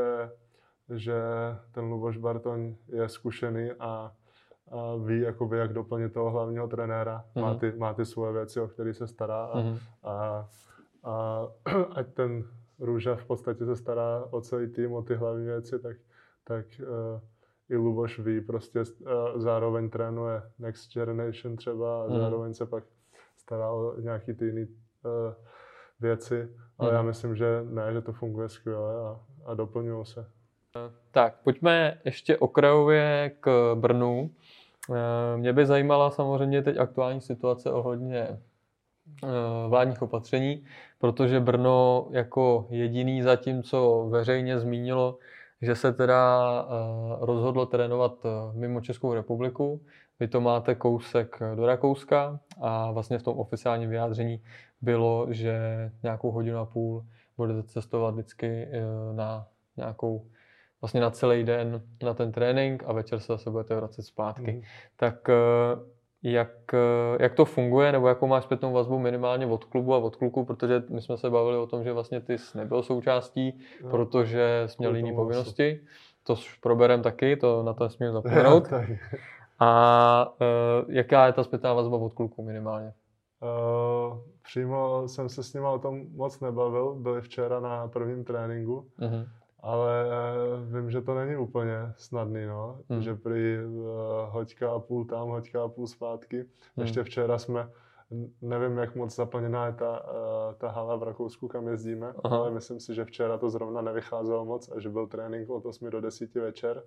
že ten Luboš Bartoň je zkušený a ví, jakoby, jak doplnit toho hlavního trenéra. Má ty svoje věci, o které se stará a ať ten Růža v podstatě se stará o celý tým, o ty hlavní věci, tak i Luboš ví, prostě zároveň trénuje Next Generation třeba a zároveň se pak stará o nějaký ty jiné věci, ale já myslím, že to funguje skvěle a doplňují se. Tak, pojďme ještě okrajově k Brnu. Mě by zajímala samozřejmě teď aktuální situace ohledně vládních opatření, protože Brno jako jediný zatím, co veřejně zmínilo, že se teda rozhodlo trénovat mimo Českou republiku. Vy to máte kousek do Rakouska a vlastně v tom oficiálním vyjádření bylo, že nějakou hodinu a půl budete cestovat vždycky na nějakou, vlastně na celý den na ten trénink a večer se zase budete vracet zpátky. Tak jak to funguje, nebo jakou máš zpětnou vazbu minimálně od klubu a od kluků, protože my jsme se bavili o tom, že vlastně ty jsi nebyl součástí, protože jsi měl jiné povinnosti. To proberem taky, to na to nesmím zapomenout. A jaká je ta zpětná vazba od kluků minimálně? Přímo jsem se s nima o tom moc nebavil, byli včera na prvním tréninku. Ale vím, že to není úplně snadný, no. Že prý hoďka a půl tam, hoďka a půl zpátky. Ještě včera jsme, nevím, jak moc zaplněná je ta hala v Rakousku, kam jezdíme, ale myslím si, že včera to zrovna nevycházelo moc a že byl trénink od 8 do 10 večer.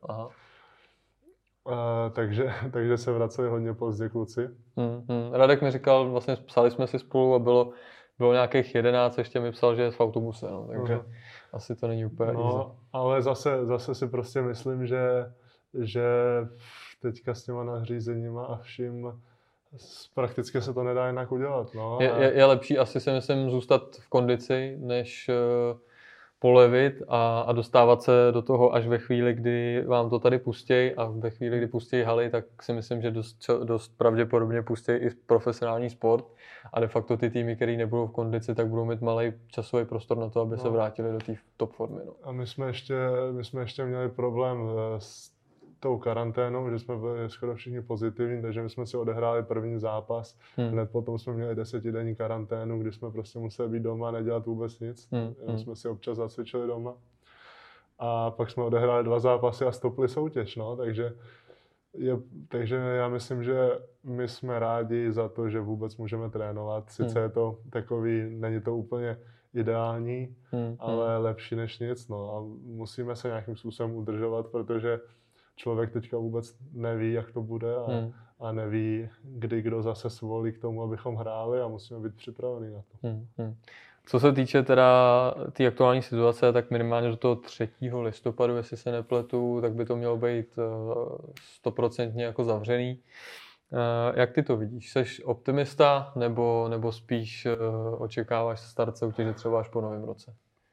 Takže se vraceli hodně pozdě kluci. Radek mi říkal, vlastně psali jsme si spolu a bylo nějakých 11, ještě mi psal, že je v autobuse, no, takže asi to není úplně easy. Ale zase si prostě myslím, že teďka s těma nařízeníma a vším prakticky se to nedá jinak udělat. No. Je lepší asi si myslím zůstat v kondici, než polevit a dostávat se do toho až ve chvíli, kdy vám to tady pustějí a ve chvíli, kdy pustějí haly, tak si myslím, že dost pravděpodobně pustějí i profesionální sport a de facto ty týmy, které nebudou v kondici, tak budou mít malý časový prostor na to, aby se vrátili do té top formy. No. A my jsme ještě měli problém s tou karanténou, že jsme byli skoro všichni pozitivní, takže my jsme si odehráli první zápas. Hned potom jsme měli 10denní karanténu, kdy jsme prostě museli být doma, nedělat vůbec nic. Jsme si občas zacvičili doma. A pak jsme odehráli 2 zápasy a stopli soutěž, no. Takže já myslím, že my jsme rádi za to, že vůbec můžeme trénovat. Sice je to takový, není to úplně ideální, ale lepší než nic, no. A musíme se nějakým způsobem udržovat, protože člověk teďka vůbec neví, jak to bude a neví, kdy kdo zase svolí k tomu, abychom hráli a musíme být připraveni na to. Co se týče teda té aktuální situace, tak minimálně do toho 3. listopadu, jestli se nepletu, tak by to mělo být 100% jako zavřený. Jak ty to vidíš? Jseš optimista nebo spíš očekáváš start soutěže třeba až po novém roce?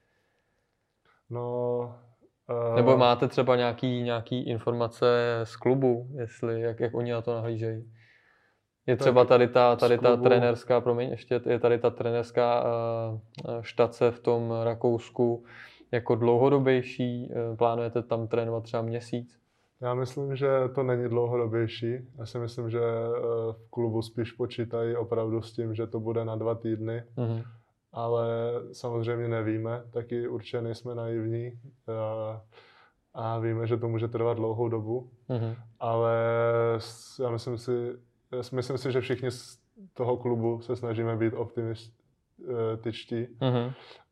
No, nebo máte třeba nějaký informace z klubu, jestli jak oni na to nahlížejí? Je třeba tady ta trenérská, je tady ta trenérská štace v tom Rakousku jako dlouhodobější? Plánujete tam trénovat třeba měsíc? Já myslím, že to není dlouhodobější. Já si myslím, že v klubu spíš počítají opravdu s tím, že to bude na 2 týdny. Mm-hmm. Ale samozřejmě nevíme, taky určitě nejsme naivní a víme, že to může trvat dlouhou dobu. Mm-hmm. Ale já myslím si, že všichni z toho klubu se snažíme být optimističtí. Mm-hmm.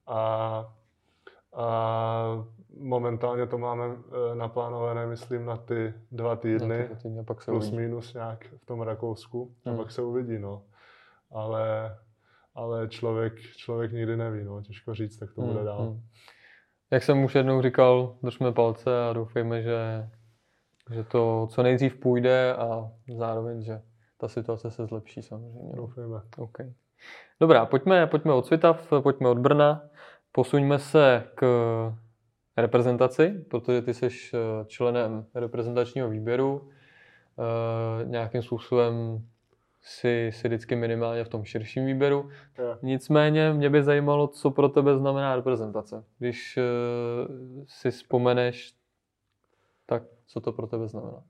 A momentálně to máme naplánované, myslím, na ty 2 týdny, plus minus nějak v tom Rakousku. A pak se uvidí, no. Ale člověk nikdy neví, no. Těžko říct, tak to bude dál. Jak jsem už jednou říkal, držme palce a doufejme, že to co nejdřív půjde a zároveň, že ta situace se zlepší samozřejmě. Doufejme. Okay. Dobrá, pojďme od Svitav, pojďme od Brna. Posuňme se k reprezentaci, protože ty jsi členem reprezentačního výběru. Nějakým způsobem si vždycky minimálně v tom širším výběru. Nicméně mě by zajímalo, co pro tebe znamená reprezentace. Když si vzpomeneš, tak co to pro tebe znamená?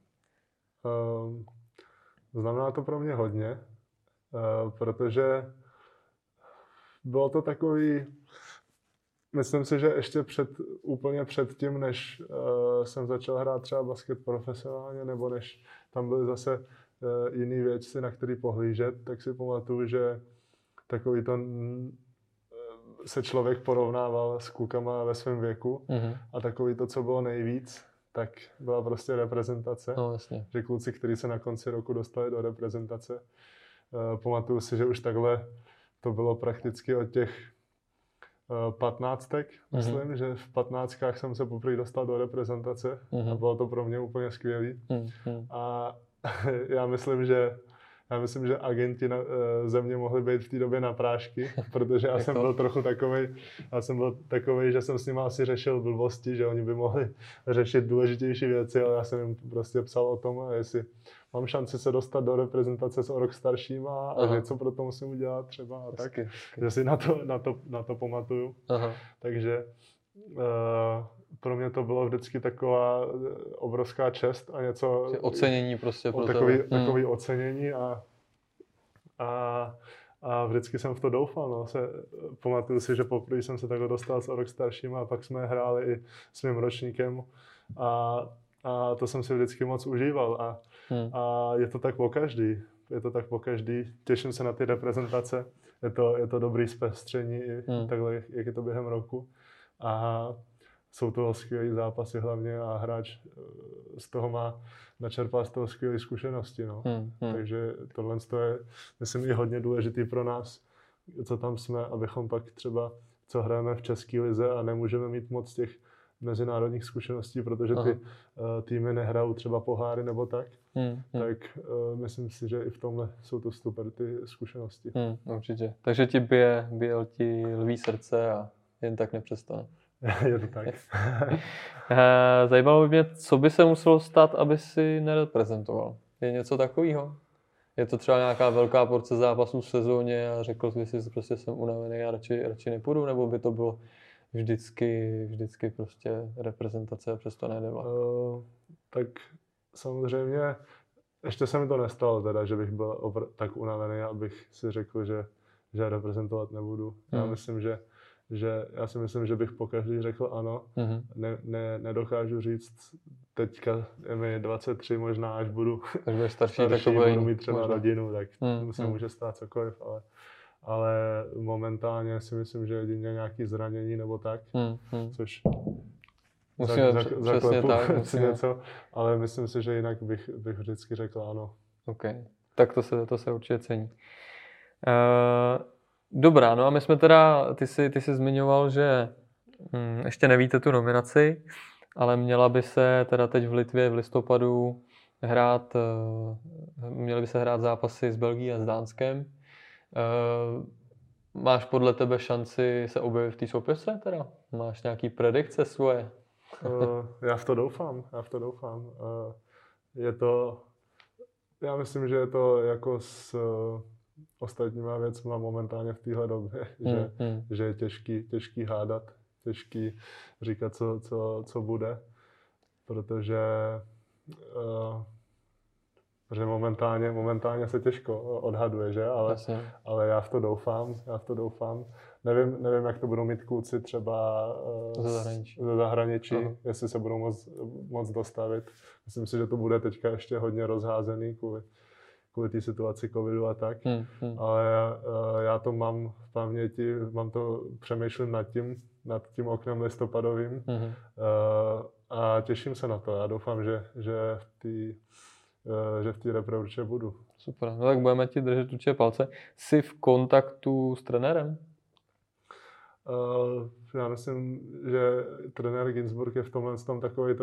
Znamená to pro mě hodně, protože bylo to takový, myslím si, že ještě úplně před tím, než jsem začal hrát třeba basket profesionálně, nebo než tam byly zase jiný věci, na který pohlížet, tak si pamatuju, že takový to se člověk porovnával s klukama ve svém věku a takový to, co bylo nejvíc, tak byla prostě reprezentace. No, jasně. Že kluci, kteří se na konci roku dostali do reprezentace, pamatuju si, že už takhle to bylo prakticky od těch 15, myslím, že v 15 jsem se poprvé dostal do reprezentace a bylo to pro mě úplně skvělý. A já myslím, že agenti ze mě mohli být v té době na prášky, protože já jsem byl trochu takovej, že jsem s nimi asi řešil blbosti, že oni by mohli řešit důležitější věci, ale já jsem jim prostě psal o tom, jestli mám šanci se dostat do reprezentace s o rok staršíma a něco pro to musím udělat třeba a tak, že si na to pamatuju. Aha. Takže pro mě to bylo vždycky taková obrovská čest a něco... Ocenění prostě pro takový ocenění a vždycky jsem v to doufal. No. Pamatuju si, že poprvé jsem se takhle dostal s o rok starším a pak jsme hráli i s mým ročníkem a to jsem si vždycky moc užíval a je to tak po každý. Těším se na ty reprezentace. Je to dobrý zpestření i takhle, jak je to během roku. A jsou to skvělý zápasy hlavně a hráč z toho načerpá z toho skvělé zkušenosti. No. Takže tohle je, myslím, i hodně důležitý pro nás, co tam jsme, abychom pak třeba, co hrajeme v české lize a nemůžeme mít moc těch mezinárodních zkušeností, protože ty týmy nehrajou třeba poháry nebo tak, tak myslím si, že i v tomhle jsou to super ty zkušenosti. Určitě. Takže ti bije ti lví srdce a jen tak nepřestane. Je to tak. Zajímalo by mě, co by se muselo stát, aby si nereprezentoval. Je něco takového? Je to třeba nějaká velká porce zápasů v sezóně a řekl by si, prostě jsem unavený a radši nepůjdu, nebo by to bylo vždycky prostě reprezentace a přesto nejde vlak? Tak samozřejmě ještě se mi to nestalo teda, že bych byl tak unavený, abych si řekl, že reprezentovat nebudu. Já si myslím, že bych pokaždý řekl ano. Nedokážu říct, teďka je mi 23, možná až budu starší, budu mít třeba možná rodinu, tak se může stát cokoliv, ale momentálně si myslím, že jedině nějaké zranění nebo tak, což zaklepu něco, ale myslím si, že jinak bych vždycky řekl ano. OK, tak to se určitě cení. Dobrá, no a my jsme teda, ty jsi zmiňoval, že ještě nevíte tu nominaci, ale měla by se teda teď v Litvě v listopadu měly by se hrát zápasy s Belgií a s Dánskem. Máš podle tebe šanci se objevit v té soupisce teda? Máš nějaký predikce svoje? Já v to doufám. Já myslím, že je to jako s ostatníma věcma momentálně v téhle době, že je těžký hádat, těžký říkat, co bude, protože momentálně se těžko odhaduje, že? Ale já v to doufám. Nevím, jak to budou mít kluci třeba ze zahraničí, jestli se budou moc dostavit. Myslím si, že to bude teďka ještě hodně rozházený kvůli té situaci covidu a tak. Ale já to mám v paměti, přemýšlím nad tím oknem listopadovým a těším se na to. Já doufám, že v té repre určitě budu. Super, no tak budeme ti držet určitě palce. Jsi v kontaktu s trenérem? Já myslím, že trenér Ginzburg je v tomhle tom takový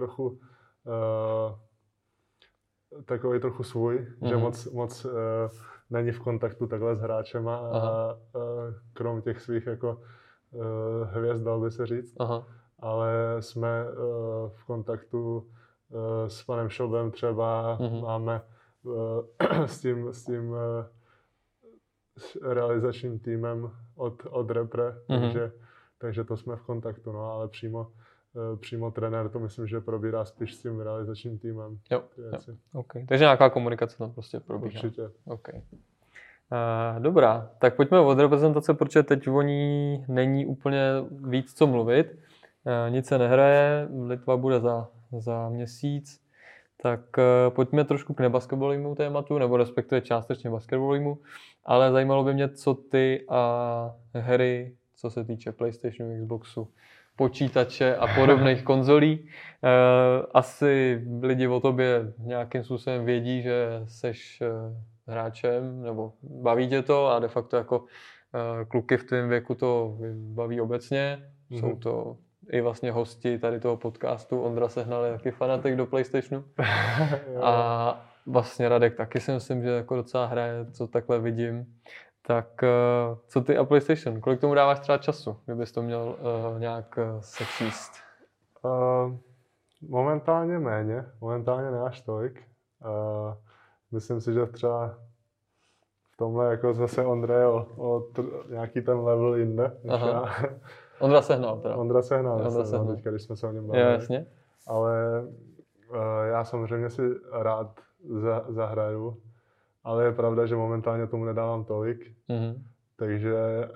trochu svůj, že moc není v kontaktu takhle s hráčema a krom těch svých jako hvězd, dal by se říct. Ale jsme v kontaktu s panem Šobem třeba, máme s tím realizačním týmem od repre, takže to jsme v kontaktu, no, ale přímo trenér to myslím, že probírá spíš s tím realizačním týmem. Jo. Okay. Takže nějaká komunikace tam prostě probíhá. Určitě. Okay. Dobrá, tak pojďme od reprezentace, protože teď o ní není úplně víc co mluvit. Nic se nehraje, Litva bude za měsíc, tak pojďme trošku k nebasketbalovému tématu, nebo respektive částečně basketbalovému, ale zajímalo by mě, co ty a hry, co se týče PlayStationu, Xboxu, počítače a podobných konzolí. Asi lidi o tobě nějakým způsobem vědí, že seš hráčem, nebo baví tě to a de facto jako kluky v tvém věku to baví obecně. Jsou to i vlastně hosti tady toho podcastu. Ondra Sehnal je taky fanatik do PlayStationu. A vlastně Radek taky si myslím, že jako docela hraje, co takhle vidím. Tak co ty a PlayStation? Kolik tomu dáváš třeba času, kdybys to měl nějak sečíst? Momentálně ne až tolik. Myslím si, že třeba v tomhle jako zase Ondra je o nějaký ten level jinde. Ondra Sehnal teda. Ondra Sehnal. Teďka, když jsme se o něm bavili. Jasně. Ale já samozřejmě si rád zahraju, ale je pravda, že momentálně tomu nedávám tolik. Takže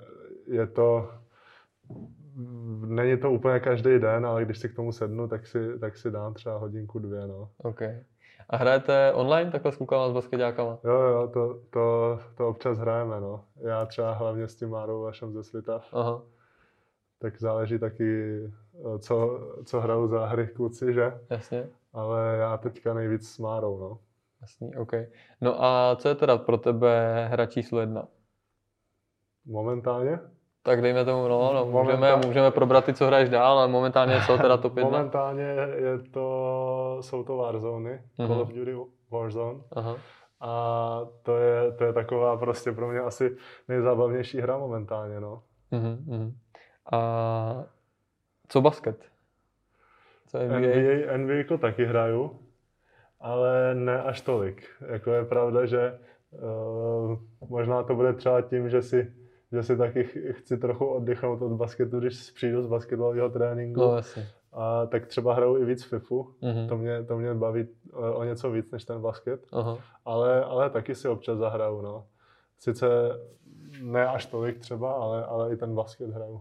není to úplně každý den, ale když si k tomu sednu, tak si dám třeba hodinku, 2, no. Okay. A hrajete online takhle s klukama, s basketákama? Jo, to občas hrajeme, no. Já třeba hlavně s tím Márou Vašem ze Svitav. Tak záleží taky, co hrajou za hry kluci, že? Jasně. Ale já teďka nejvíc s Márou, no. Jasný, OK. No a co je teda pro tebe hra číslo 1? Momentálně? Tak dejme tomu, můžeme probrat ty, co hraješ dál, ale momentálně jsou teda top 1. Momentálně jsou to Warzone, Call of Duty Warzone. A to je taková prostě pro mě asi nejzábavnější hra momentálně, no. A co basket? Co NBA taky hraju, ale ne až tolik. Jako je pravda, že možná to bude třeba tím, že si taky chci trochu oddychnout od basketu, když přijdu z basketbalového tréninku. No, jasně. A tak třeba hraju i víc FIFU. To mě baví o něco víc než ten basket. Ale taky si občas zahraju, no. Sice ne až tolik třeba, ale i ten basket hraju.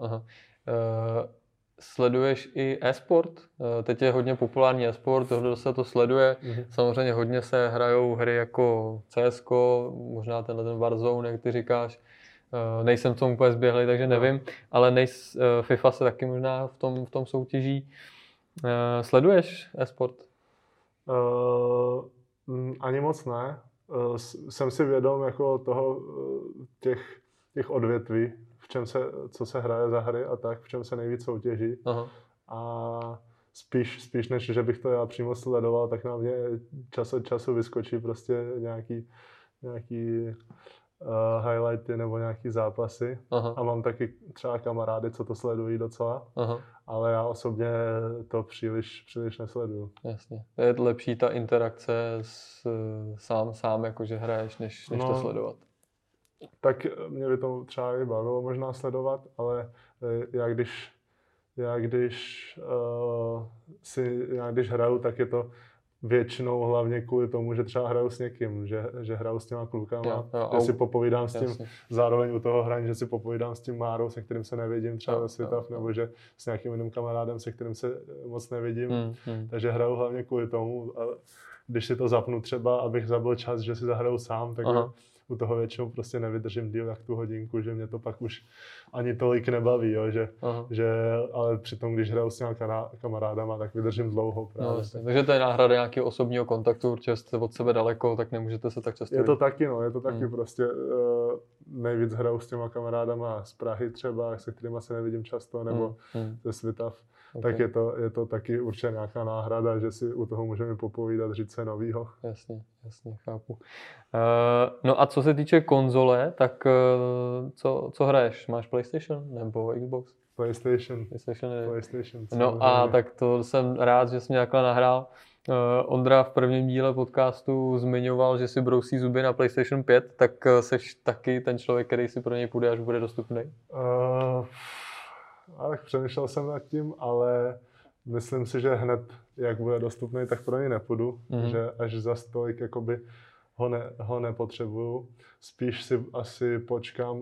Sleduješ i e-sport? Teď je hodně populární e-sport, hodně se to sleduje. Samozřejmě hodně se hrajou hry jako CS:GO, možná ten Warzone, jak ty říkáš. Nejsem v tom úplně zběhlej, takže nevím, ale FIFA se taky možná v tom soutěží. Sleduješ e-sport? Ani moc ne. Jsem si vědom jako toho těch odvětví, co se hraje za hry a tak, v čem se nejvíc soutěží. A spíš než že bych to já přímo sledoval, tak na mě čas od času vyskočí prostě nějaký highlighty nebo nějaký zápasy. Aha. A mám taky třeba kamarády, co to sledují docela, aha, ale já osobně to příliš nesleduju. Jasně. Je lepší ta interakce sám jakože hraješ, než to sledovat. Tak mě by to třeba i bavilo možná sledovat, ale já když hraju, tak je to většinou hlavně kvůli tomu, že třeba hraju s někým, že hraju s těma klukama, že si popovídám s tím, zároveň u toho hraní, že si popovídám s tím Márou, se kterým se nevidím třeba ve Svitav, nebo že s nějakým jiným kamarádem, se kterým se moc nevidím, takže hraju hlavně kvůli tomu. A když si to zapnu třeba, abych zabil čas, že si zahraju sám, tak u toho většinou prostě nevydržím díl jak tu hodinku, že mě to pak už ani tolik nebaví, jo, ale přitom, když hraju s těma kamarádama, tak vydržím dlouho právě. No, takže to je náhrada nějakého osobního kontaktu, určitě jste od sebe daleko, tak nemůžete se tak často Je to taky prostě nejvíc hraju s těma kamarádama z Prahy třeba, se kterýma se nevidím často, nebo ze Svitav. Okay. Tak je to taky určitě nějaká náhrada, že si u toho můžeme popovídat, říct se novýho. Jasně, chápu. No a co se týče konzole, tak co hraješ? Máš PlayStation nebo Xbox? PlayStation. No a tak to jsem rád, že jsi mě takhle nahrál. Ondra v prvním díle podcastu zmiňoval, že si brousí zuby na PlayStation 5, tak seš taky ten člověk, který si pro něj půjde, až bude dostupný? Ale přemýšlel jsem nad tím, ale myslím si, že hned, jak bude dostupný, tak pro něj nepůjdu, že až za tolik jakoby ho nepotřebuju. Spíš si asi počkám,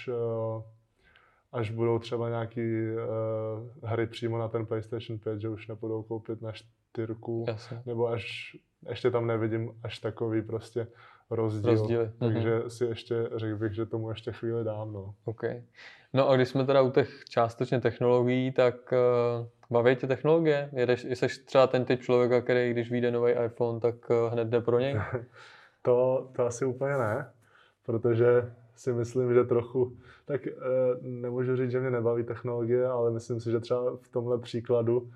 až budou třeba nějaký hry přímo na ten PlayStation 5, že už nepůjdou koupit na 4, nebo až ještě tam nevidím až takový prostě rozdíl. Takže si ještě řekl bych, že tomu ještě chvíli dám. No. Okay. No a když jsme teda u těch částečně technologií, tak baví tě technologie? Jsi třeba ten typ člověka, který když vyjde nový iPhone, tak hned jde pro něj? To asi úplně ne, protože si myslím, že trochu, tak nemůžu říct, že mě nebaví technologie, ale myslím si, že třeba v tomhle příkladu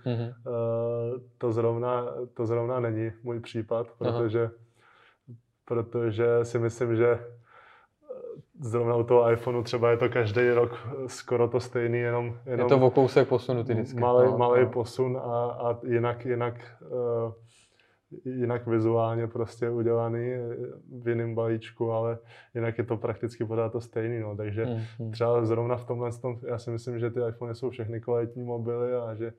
to zrovna není můj případ, protože si myslím, že zrovna u toho iPhoneu třeba je to každý rok skoro to stejný, jenom je to o kousek posunutý vždycky. Malý posun a jinak vizuálně prostě udělaný v jiném balíčku, ale jinak je to prakticky pořád to stejný, no. Takže třeba zrovna v tomhle já si myslím, že ty iPhony jsou všechny kvalitní mobily a že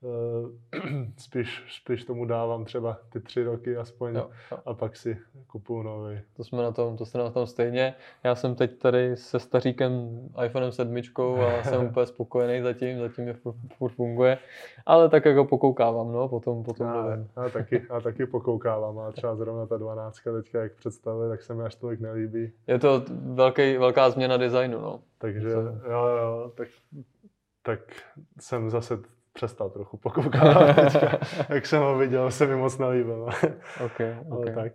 spíš tomu dávám třeba ty 3 roky aspoň a pak si kupuju nový. To jsme na tom stejně. Já jsem teď tady se staříkem iPhonem 7 a jsem úplně spokojený zatím je furt funguje, ale tak jako pokoukávám, no, potom nevím. Já taky pokoukávám, ale třeba zrovna ta 12 teďka jak představili, tak se mi až tolik nelíbí. Je to velká změna designu, no. Takže jo, tak jsem zase přestal trochu pokoukávat teďka. Jak jsem ho viděl, se mi moc nelíbil. Okay. Tak.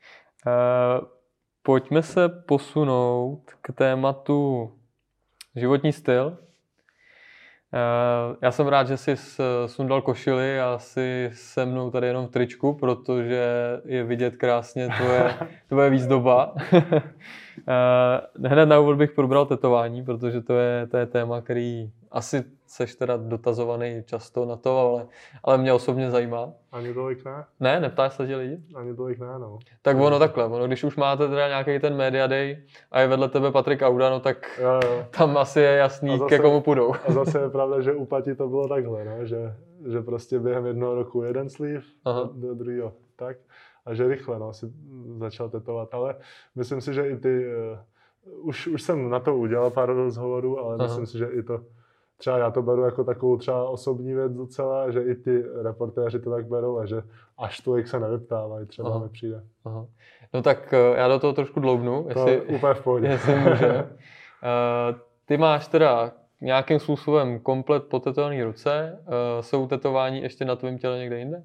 Pojďme se posunout k tématu životní styl. Já jsem rád, že jsi sundal košili a jsi se mnou tady jenom v tričku, protože je vidět krásně tvoje výzdoba. Hned na úvod bych probral tetování, protože to je téma, který asi seš teda dotazovaný často na to, ale mě osobně zajímá. Ani tolik ne? Ne, neptáš se tě lidi? Ani tolik ne, no. Tak ono, když už máte teda nějaký ten Media Day a je vedle tebe Patrik Auda, no tak jo. Tam asi je jasný, ke komu půjdou. A zase je pravda, že u Pati to bylo takhle, no, že prostě během jednoho roku jeden sleeve, do druhého tak. A že rychle, no, si začal tetovat, ale myslím si, že i ty, už jsem na to udělal pár rozhovorů, ale myslím si, že i to, třeba já to beru jako takovou třeba osobní věc docela, že i ty reportéři to tak berou a že až tolik se nevyptávají, třeba mi přijde. No tak já do toho trošku dloubnu, úplně v pohodě. Jestli může. Ty máš teda nějakým způsobem komplet potetovaný ruce, jsou tetování ještě na tvém těle někde jinde?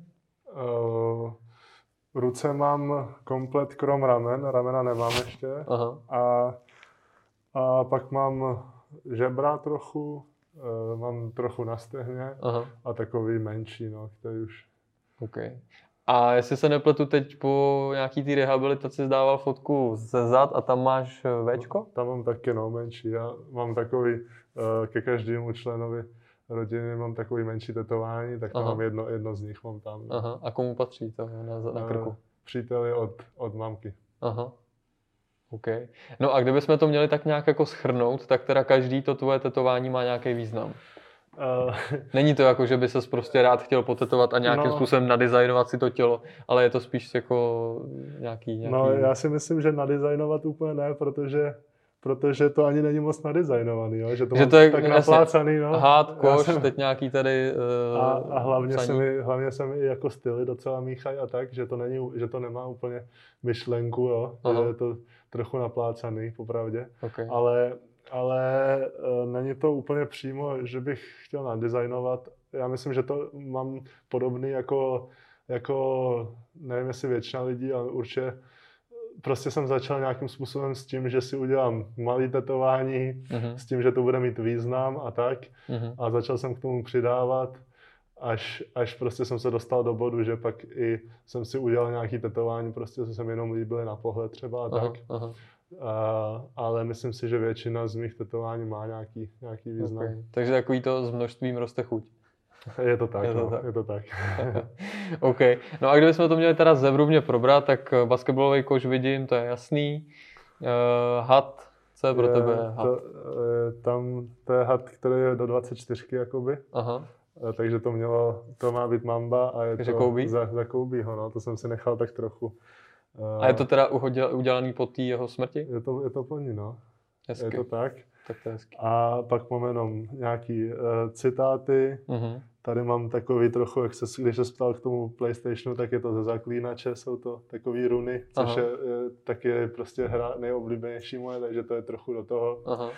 Ruce mám komplet krom ramena nemám ještě. A pak mám žebra trochu mám trochu na stehně a takový menší, no, který už... Okay. A jestli se nepletu, teď po nějaký té rehabilitaci zdával fotku ze zad a tam máš Včko? Tam mám taky, no, menší. Já mám takový, ke každému členovi rodiny mám takový menší tetování, tak tam mám jedno z nich mám tam. No. Aha. A komu patří to na krku? Příteli od mamky. Aha. OK. No a kdybychom to měli tak nějak jako shrnout, tak teda každý to tvoje tetování má nějaký význam. Není to jako, že by ses prostě rád chtěl potetovat a nějakým způsobem nadizajnovat si to tělo, ale je to spíš jako nějaký... No já si myslím, že nadizajnovat úplně ne, protože to ani není moc nadizajnovaný, jo? Že to je tak naplácaný. No. Hád, koš, teď nějaký tady a hlavně se mi i jako styly docela míchají a tak, že to nemá úplně myšlenku, jo? Že je to trochu naplácaný, popravdě. Okay. Ale není to úplně přímo, že bych chtěl nadizajnovat. Já myslím, že to mám podobný jako nevím, jestli většina lidí, ale určitě prostě jsem začal nějakým způsobem s tím, že si udělám malý tetování, s tím, že to bude mít význam a tak. A začal jsem k tomu přidávat, až prostě jsem se dostal do bodu, že pak i jsem si udělal nějaký tetování, prostě co se mi jenom líbily na pohled třeba a tak. Ale myslím si, že většina z mých tetování má nějaký význam. Okay. Takže takový to s množstvím roste chuť. Je to tak. Je to tak. OK. No a kdybychom to měli teda zevrubně probrat, tak basketbalový koš vidím, to je jasný. Had, co je pro tebe had? To je had, který je do 24 jakoby. Aha. Takže to má být Mamba a je takže to Kobe? Za Kobeho, no, to jsem si nechal tak trochu. A je to teda udělaný po té jeho smrti? Je to po ní, no. Hezky. Je to tak. Tak to je hezky. A pak mám jenom nějaký citáty. Tady mám takový trochu, když se ptal k tomu PlayStationu, tak je to ze Zaklínače, jsou to takový runy, což je taky prostě hra nejoblíbenější moje, takže to je trochu do toho.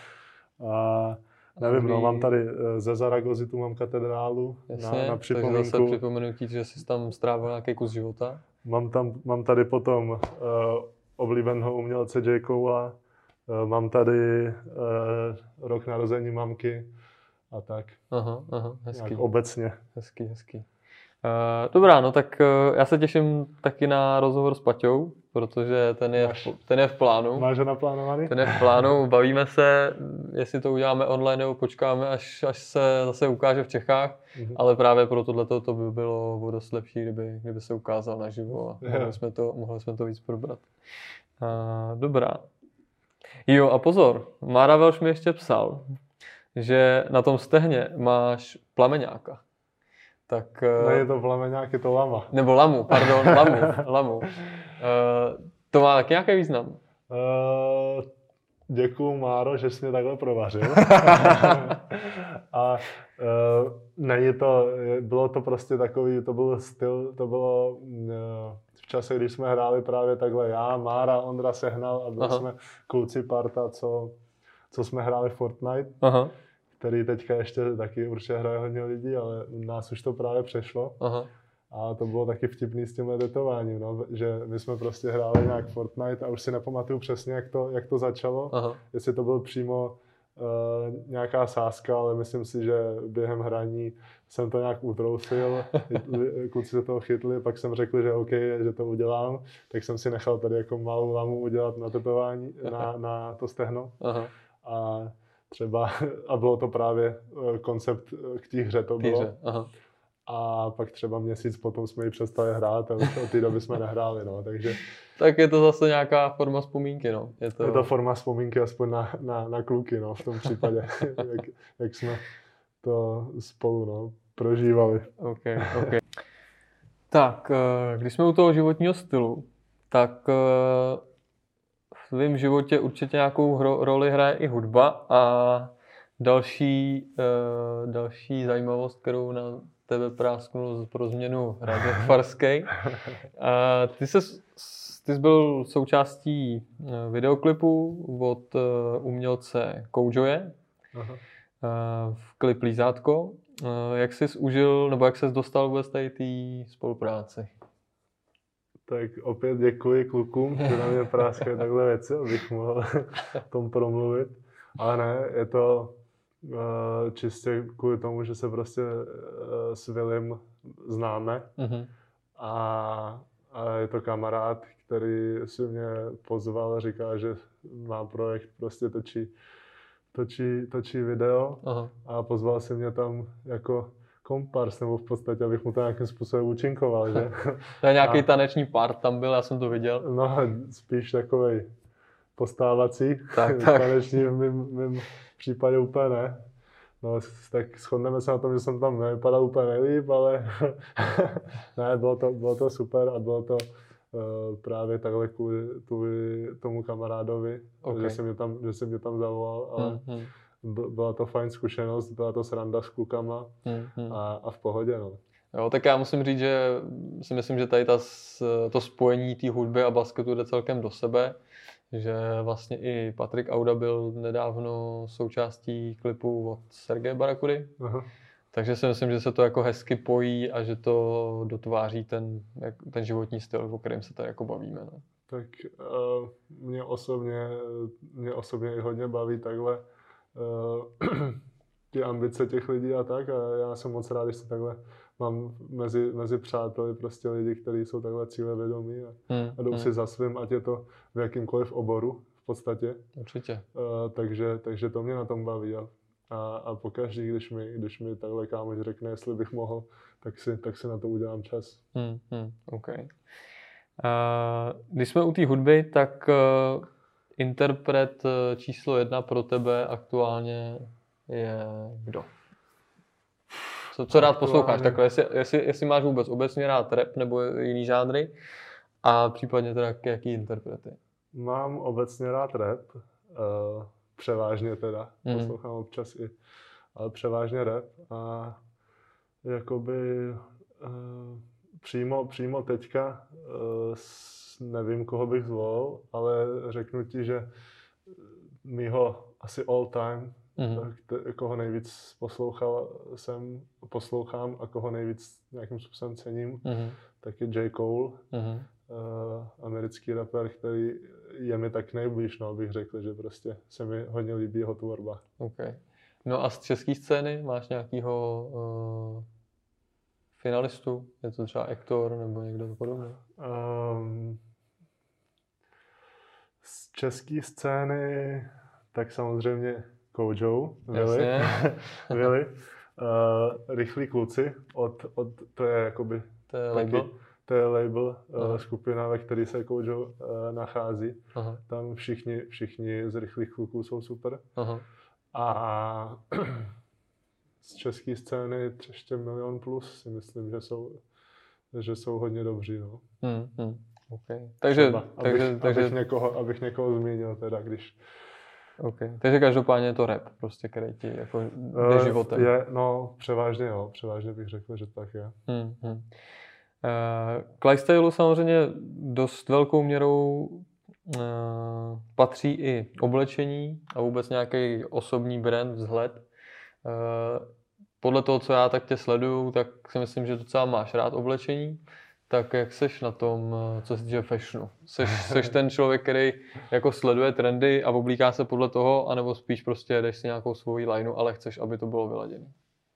A nevím, no, mám tady ze Zaragozy, tu mám katedrálu. Jasně, na připomínku. Takže zase připomenutí, že jsi tam strávil nějaký kus života. Mám tady potom oblíbeného umělce J. Cola. Mám tady rok narození mamky a tak. Aha, hezký. Jak obecně. Hezký. Dobrá, no tak já se těším taky na rozhovor s Paťou, protože ten je v plánu. Máš ho naplánovaný? Ten je v plánu, bavíme se, jestli to uděláme online nebo počkáme, až se zase ukáže v Čechách, ale právě pro tohleto to by bylo o dost lepší, kdyby se ukázal naživo a mohli jsme to víc probrat. Dobrá. Jo a pozor, Mára Velš mi ještě psal, že na tom stehně máš plameňáka. Tak, je to plameňák, je to lama. Nebo lamu, pardon, lamu. To má taky nějaký význam? Děkuju, Máro, že jsi mě takhle provařil. A bylo to prostě takový, to byl styl, to bylo v čase, když jsme hráli právě takhle já, Mára, Ondra Sehnal a byli jsme kluci parta, co jsme hráli Fortnite. Který teďka ještě taky určitě hraje hodně lidí, ale u nás už to právě přešlo. A to bylo taky vtipný s tím tetováním, no, že my jsme prostě hráli nějak Fortnite a už si nepamatuju přesně, jak to začalo. Jestli to byl přímo nějaká sázka, ale myslím si, že během hraní jsem to nějak utrousil, kluci se toho chytli, pak jsem řekl, že OK, že to udělám, tak jsem si nechal tady jako malou lamu udělat na tetování, na to stehno. A bylo to právě koncept k té hře to bylo. A pak třeba měsíc potom jsme ji přestali hrát a už od té doby jsme nehráli, no, takže... Tak je to zase nějaká forma vzpomínky, no. Je to forma vzpomínky aspoň na kluky, no, v tom případě, jak jsme to spolu, no, prožívali. Okay. Tak, když jsme u toho životního stylu, tak v tvém životě určitě nějakou roli hraje i hudba a další zajímavost, kterou na tebe prásknul pro změnu Radek Farský. Ty jsi byl součástí videoklipu od umělce Koujoje v klip Lízátko. Jak jsi užil, nebo jak jsi dostal vůbec tady té spolupráci? Tak opět děkuji klukům, že na mě práskají takhle věci, abych mohl o tom promluvit. Ale ne, čistě kvůli tomu, že se prostě s Willem známe a je to kamarád, který si mě pozval, říká, že má projekt, prostě točí video. A pozval si mě tam jako kompars, nebo v podstatě, abych mu to nějakým způsobem účinkoval, že? To je nějaký taneční part tam byl, já jsem to viděl. No, spíš takovej postávací, tak. Taneční v mým případě úplně ne. No, tak shodneme se na tom, že jsem tam nevypadal úplně nejlíp, ale ne, bylo to super a bylo to právě takhle kvůli tomu kamarádovi, že se mě tam zavolal, ale byla to fajn zkušenost, byla to sranda s klukama a v pohodě. No. Jo, tak já musím říct, že si myslím, že tady to spojení té hudby a basketu jde celkem do sebe, že vlastně i Patrik Auda byl nedávno součástí klipu od Sergeje Barakudy. Takže si myslím, že se to jako hezky pojí a že to dotváří ten životní styl, o kterém se tady jako bavíme. No. Tak mě osobně i hodně baví takhle ty ambice těch lidí a tak a já jsem moc rád, že se takhle mám mezi přáteli prostě lidi, kteří jsou takhle cílevědomí a jdou si za svým, ať je to v jakýmkoliv oboru v podstatě. Určitě. Takže to mě na tom baví. A pokaždý, když mi takhle kámoš řekne, jestli bych mohl, tak si na to udělám čas. Okay. Když jsme u té hudby, tak interpret číslo 1 pro tebe aktuálně je kdo? Co rád posloucháš? Takhle, jestli máš vůbec obecně rád rap nebo jiný žánry a případně teda jaký interprety? Mám obecně rád rap, převážně teda, poslouchám občas i, ale převážně rap a jakoby přímo teďka nevím, koho bych zvolil, ale řeknu ti, že mýho asi all time, koho nejvíc poslouchám a koho nejvíc nějakým způsobem cením, tak je J. Cole, americký rapper, který je mi tak nejblíž, no, bych řekl, že prostě se mi hodně líbí jeho tvorba. Okay. No a z české scény máš nějakýho finalistu? Je to třeba Ektor nebo někdo podobný? Z české scény tak samozřejmě Kojo, Willy. Rychlí kluci, to je jakoby label? To je label, skupina, ve které se Kojo nachází. Tam všichni z rychlých kluků jsou super. A z české scény ještě Milion Plus si myslím, že jsou hodně dobří. No. Okay. Abych někoho zmínil teda, když... Okay. Takže každopádně je to rap, prostě, který ti jako jde životem. Převážně bych řekl, že tak je. K lifestylu samozřejmě dost velkou měrou patří i oblečení a vůbec nějaký osobní brand, vzhled. Podle toho, co já tak tě sleduju, tak si myslím, že docela máš rád oblečení. Tak jak seš na tom, co se týče fashionu? Seš ten člověk, který jako sleduje trendy a oblíká se podle toho, anebo spíš prostě jdeš si nějakou svoji lineu, ale chceš, aby to bylo vyladěné?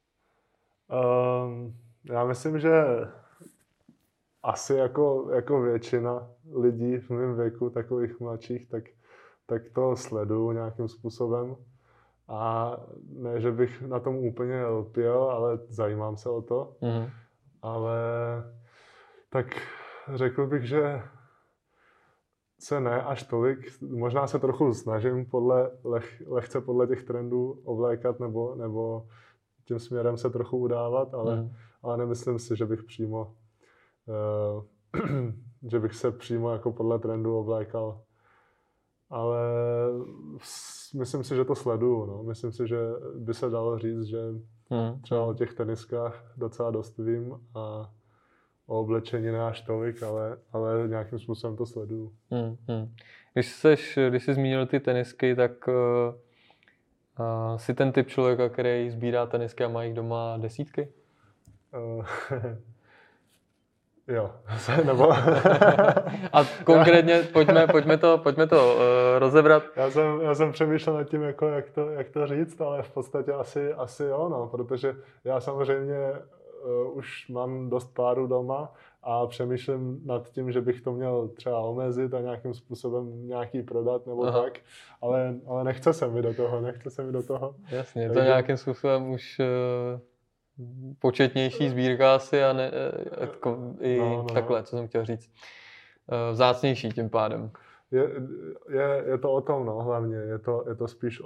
Já myslím, že asi jako většina lidí v mém věku, takových mladších, tak to sleduju nějakým způsobem. A ne, že bych na tom úplně lpěl, ale zajímám se o to. Ale tak řekl bych, že se ne až tolik. Možná se trochu snažím lehce podle těch trendů ovlékat nebo tím směrem se trochu udávat, ale nemyslím si, že bych že bych se přímo jako podle trendu oblékal. Ale myslím si, že to sleduju. No. Myslím si, že by se dalo říct, že třeba o těch teniskách docela dost vím a o oblečení ne až tolik, ale nějakým způsobem to sleduju. Když jsi zmínil ty tenisky, tak jsi ten typ člověka, který sbírá tenisky a má jich doma desítky? Jo, nebo... A konkrétně pojďme to rozebrat. Já jsem přemýšlel nad tím, jako jak to říct, ale v podstatě asi jo, no, protože já samozřejmě už mám dost párů doma a přemýšlím nad tím, že bych to měl třeba omezit a nějakým způsobem nějaký prodat nebo tak, ale nechce se mi do toho. Jasně, je to nějakým způsobem už početnější sbírka asi a ne, takhle, co jsem chtěl říct. Vzácnější tím pádem. Je to o tom, no, hlavně. Je to spíš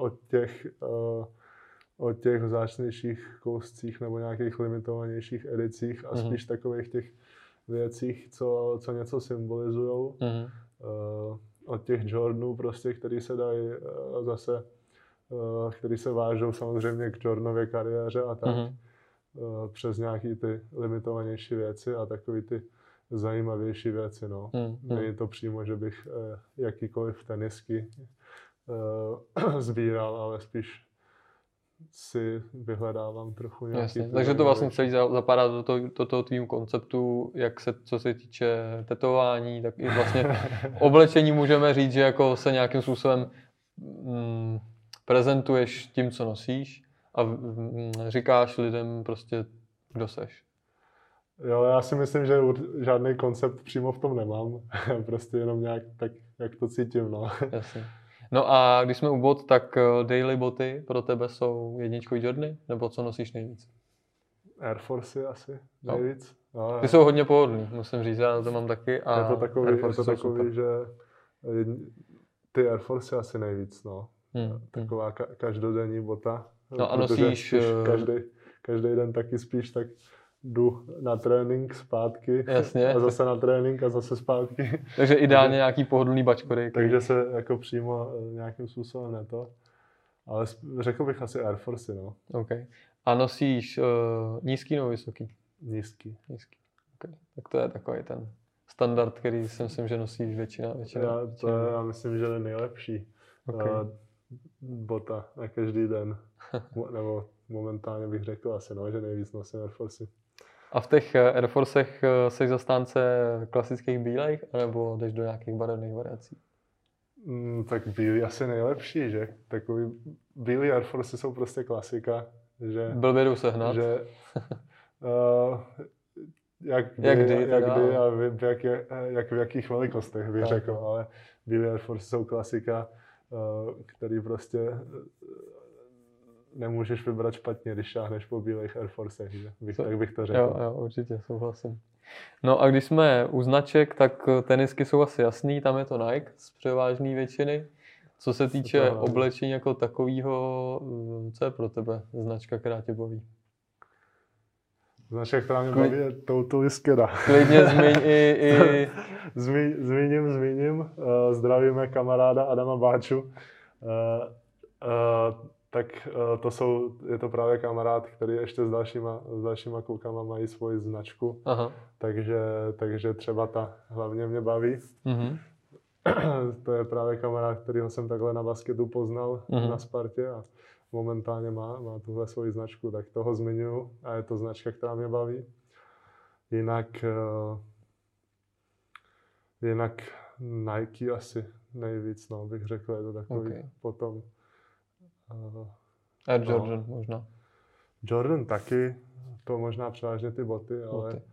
o těch vzácnějších kouscích nebo nějakých limitovanějších edicích a spíš takových těch věcích, co něco symbolizují. Od těch Jordanů prostě, který se dají zase, který se vážou samozřejmě k Jordanově kariéře a tak. Přes nějaký ty limitovanější věci a takový ty zajímavější věci, no. Není to přímo, že bych jakýkoliv tenisky sbíral, ale spíš si vyhledávám trochu nějaký... Jasně, takže to vlastně celý zapadá do toho tvýmu konceptu, co se týče tetování, tak i vlastně oblečení můžeme říct, že jako se nějakým způsobem prezentuješ tím, co nosíš a říkáš lidem prostě, kdo seš. Jo, já si myslím, že žádný koncept přímo v tom nemám, prostě jenom nějak tak, jak to cítím, no. Jasně. No a když jsme u bot, tak daily boty pro tebe jsou jedničkový Jordany? Nebo co nosíš nejvíc? Air Force asi nejvíc. No. Ty jsou hodně pohodlný, musím říct, já to mám taky. A je to takový, že ty Air Force asi nejvíc, no. Taková každodenní bota. No a nosíš... Každý den taky spíš tak jdu na trénink zpátky. Jasně. A zase na trénink a zase zpátky. Takže ideálně nějaký pohodlný bačkory. Takže se jako přímo nějakým způsobem ne to. Ale řekl bych asi Air Force, no. Okay. A nosíš nízký nebo vysoký? Nízký. Okay. Tak to je takový ten standard, který si myslím, že nosíš většina. Já myslím, že je nejlepší bota na každý den. Nebo momentálně bych řekl asi, no, že nejvíc nosím Air Force. A v těch Air Forcech jsi zastánce klasických bílejch, nebo jdeš do nějakých barevných variací? Tak bílý asi nejlepší, že? Takový bílý Air Force jsou prostě klasika, že... Blbě jdou sehnat. Že, jak kdy a v jakých velikostech bych řekl, ale bílý Air Force jsou klasika, který prostě nemůžeš vybrat špatně, když šáhneš po bílých Air Forcech, že? Tak bych to řekl. Jo, určitě, souhlasím. No a když jsme u značek, tak tenisky jsou asi jasný, tam je to Nike z převážné většiny. Co se týče oblečení jako takového, co je pro tebe značka, která tě baví? Značka, která mě baví, je Total Skeda. Klidně zmiň i... Zmíním. Zdravíme kamaráda Adama Báču. Tak je to právě kamarád, který ještě s dalšíma klukama mají svoji značku. Aha. Takže třeba ta hlavně mě baví. Mm-hmm. To je právě kamarád, kterýho jsem takhle na basketu poznal na Spartě a momentálně má tuhle svoji značku, tak toho zmiňuju a je to značka, která mě baví. Jinak Nike asi nejvíc, no, bych řekl, je to takový potom. Air Jordan možná. Jordan taky, to možná převážně ty boty, ale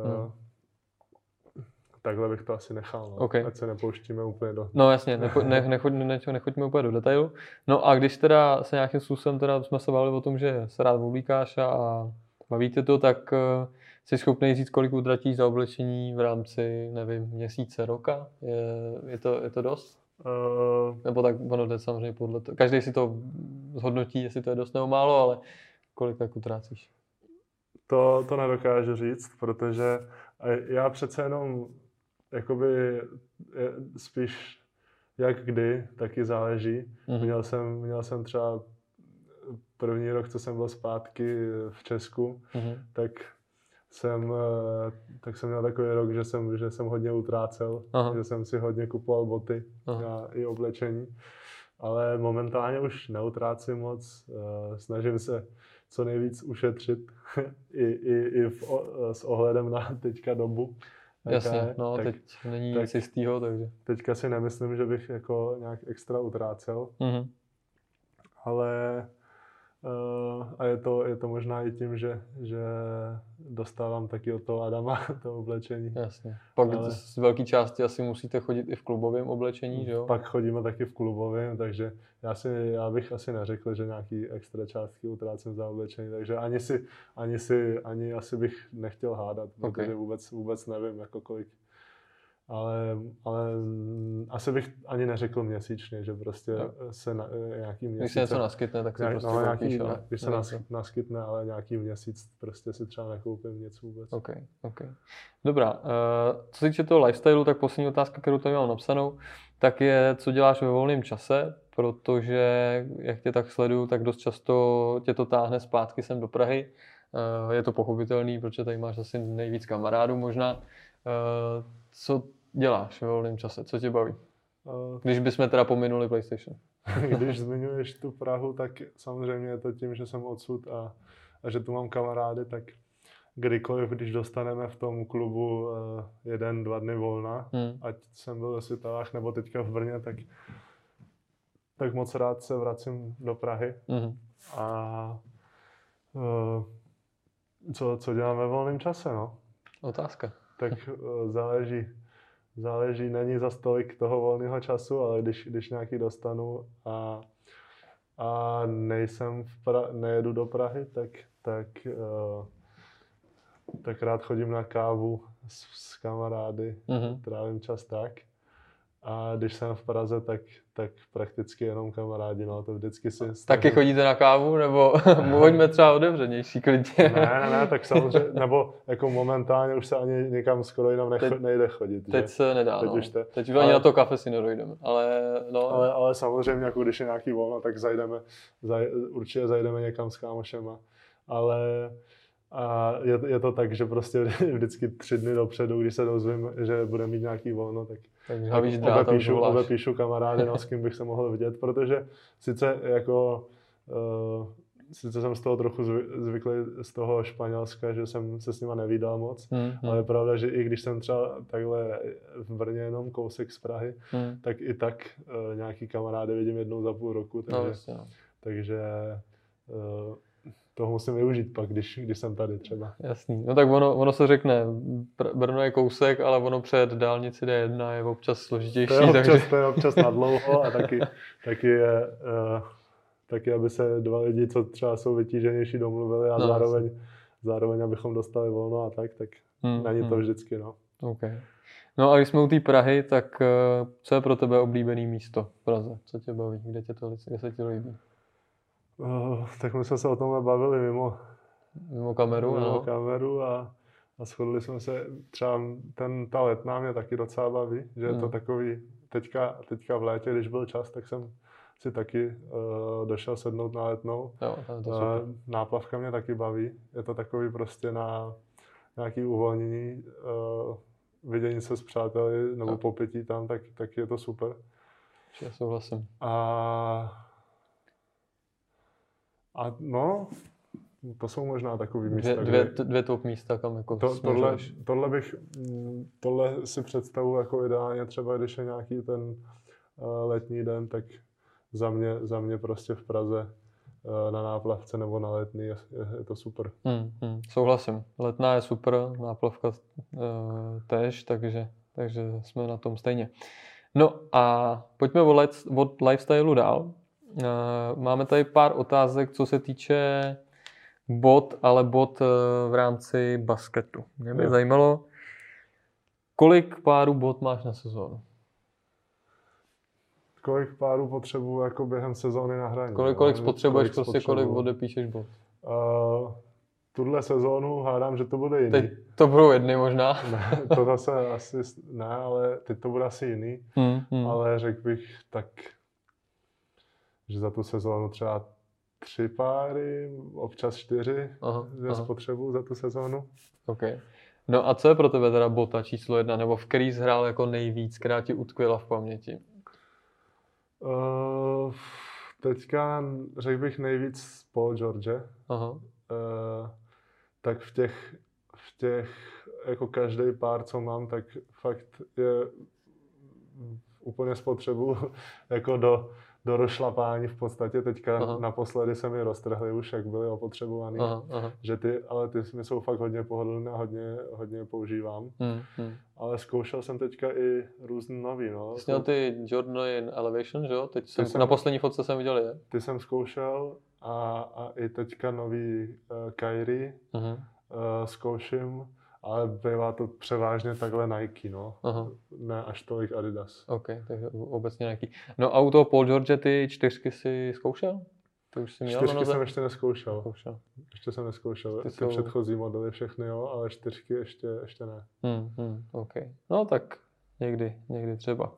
takhle bych to asi nechal, no. Ať se nepouštíme úplně do... No jasně, nechoďme úplně do detailu. No a když teda se nějakým způsobem teda jsme se bavili o tom, že se rád oblíkáš a bavíte to, tak jsi schopný říct, kolik utratíš za oblečení v rámci, nevím, měsíce, roka? Je to dost? Nebo tak ono jde samozřejmě podle toho. Každý si to zhodnotí, jestli to je dost nebo málo, ale kolik tak utrácíš? To nedokážu říct, protože já přece jenom jakoby spíš jak kdy, taky záleží. Měl jsem třeba první rok, co jsem byl zpátky v Česku, tak jsem měl takový rok, že jsem hodně utrácel, že jsem si hodně kupoval boty a i oblečení. Ale momentálně už neutrácím moc, snažím se co nejvíc ušetřit i s ohledem na teďka dobu, Jasně, no tak, teď není nic jistýho, takže. Teďka si nemyslím, že bych jako nějak extra utrácel, ale a je to možná i tím, že dostávám taky od toho Adama to oblečení. Jasně. Pak z velké části asi musíte chodit i v klubovém oblečení, že jo? Pak chodíme taky v klubovém, takže já bych asi neřekl, že nějaký extra částky utrácím za oblečení, takže ani asi bych nechtěl hádat, protože vůbec nevím, jako kolik. Ale asi bych ani neřekl měsíčně, že prostě se nějaký měsíc... Když se něco naskytne, tak si prostě když se naskytne, ale nějaký měsíc prostě si třeba nekoupím nic vůbec. OK. Dobrá, co se týče toho lifestylu, tak poslední otázka, kterou tady mám napsanou, tak je, co děláš ve volném čase, protože jak tě tak sleduju, tak dost často tě to táhne zpátky sem do Prahy. Je to pochopitelný, protože tady máš asi nejvíc kamarádů možná. Co děláš ve volném čase? Co tě baví? Když bychom teda pominuli PlayStation. Když zmiňuješ tu Prahu, tak samozřejmě je to tím, že jsem odsud a že tu mám kamarády, tak kdykoliv, když dostaneme v tom klubu 1-2 dny volna, ať jsem byl ve Svitavách nebo teďka v Brně, tak moc rád se vracím do Prahy. A co dělám ve volném čase, no? Otázka. Tak záleží, není za tolik toho volného času, ale když nějaký dostanu a nejedu do Prahy, tak rád chodím na kávu s kamarády, trávím čas tak. A když jsem v Praze, tak prakticky jenom kamarádi, no to vždycky si snažím. Taky chodíte na kávu, nebo buďme třeba otevřenější klidně? Ne, tak samozřejmě, nebo jako momentálně už se ani někam skoro jinam nejde chodit. Teď se nedá, teď už ani na to kafe si nedojdeme, ale samozřejmě, jako když je nějaký volno, tak určitě zajdeme někam s kámošema, ale a je to tak, že prostě vždycky 3 dny dopředu, když se dozvím, že bude mít nějaký volno, tak obepíšu kamarády, s kým bych se mohl vidět, protože sice jsem z toho trochu zvyklý z toho Španělska, že jsem se s nima nevídal moc, ale je pravda, že i když jsem třeba takhle v Brně jenom kousek z Prahy, tak i tak nějaký kamarády vidím jednou za půl roku, takže toho musím využít pak, když jsem tady třeba. Jasný. No tak ono se řekne, Brno je kousek, ale ono před dálnici D1 je občas složitější. To je občas nadlouho a taky, aby se 2 lidi, co třeba jsou vytíženější, domluvili a zároveň abychom dostali volno a tak není to vždycky, no. Okay. No a když jsme u té Prahy, tak co je pro tebe oblíbený místo v Praze? Co tě baví? Kde se ti líbí? Tak my jsme se o tomhle bavili mimo kameru a shodli jsme se, třeba ta Letná mě taky docela baví, že je to takový, teďka v létě, když byl čas, tak jsem si taky došel sednout na Letnou. Jo, to super. Náplavka mě taky baví, je to takový prostě na nějaký uvolnění, vidění se s přáteli nebo popití tam, tak je to super. Já souhlasím. A no, to jsou možná takový místa. Dvě top místa, kam jako tohle si představu jako ideálně třeba, když je nějaký ten letní den, tak za mě prostě v Praze na Náplavce nebo na Letný je to super. Souhlasím. Letná je super, Náplavka též, takže jsme na tom stejně. No a pojďme od lifestylu dál. Máme tady pár otázek, co se týče bot v rámci basketu. Mě by zajímalo, kolik párů bot máš na sezónu? Kolik párů potřebuji jako během sezóny na hraní? Kolik spotřebuješ, prostě kolik odepíšeš bot? Tuhle sezónu hádám, že to bude jiný. Teď to budou jedny možná. Ne, to zase asi ne, ale teď to bude asi jiný. Ale řekl bych tak, že za tu sezónu třeba 3 páry, občas 4 spotřebuju za tu sezónu. Okay. No a co je pro tebe teda bota číslo 1, nebo v který jsi hrál jako nejvíc, která ti utkvěla v paměti? Teďka řekl bych nejvíc Paul George. Tak v těch jako každý pár, co mám, tak fakt je úplně spotřebu jako do rozšlapání v podstatě. Teďka naposledy se mi roztrhly už, jak byly opotřebovaný. Že ale ty mi jsou fakt hodně pohodlné a hodně používám. Ale zkoušel jsem teďka i různý nový, no. Jsi měl ty Jordan Elevation, že jo? Teď jsem na poslední fotce jsem viděl je. Ty jsem zkoušel a i teďka nový Kyrie zkouším. Ale bývá to převážně takhle Nike, no. Ne až tolik Adidas. OK, takže obecně Nike. No a u toho Paul George ty 4 si zkoušel? To už jsi měl 4 jsem ještě neskoušel. Ještě jsem neskoušel. Ty předchozí modely všechny, jo, ale 4 ještě ne. OK. No tak někdy třeba.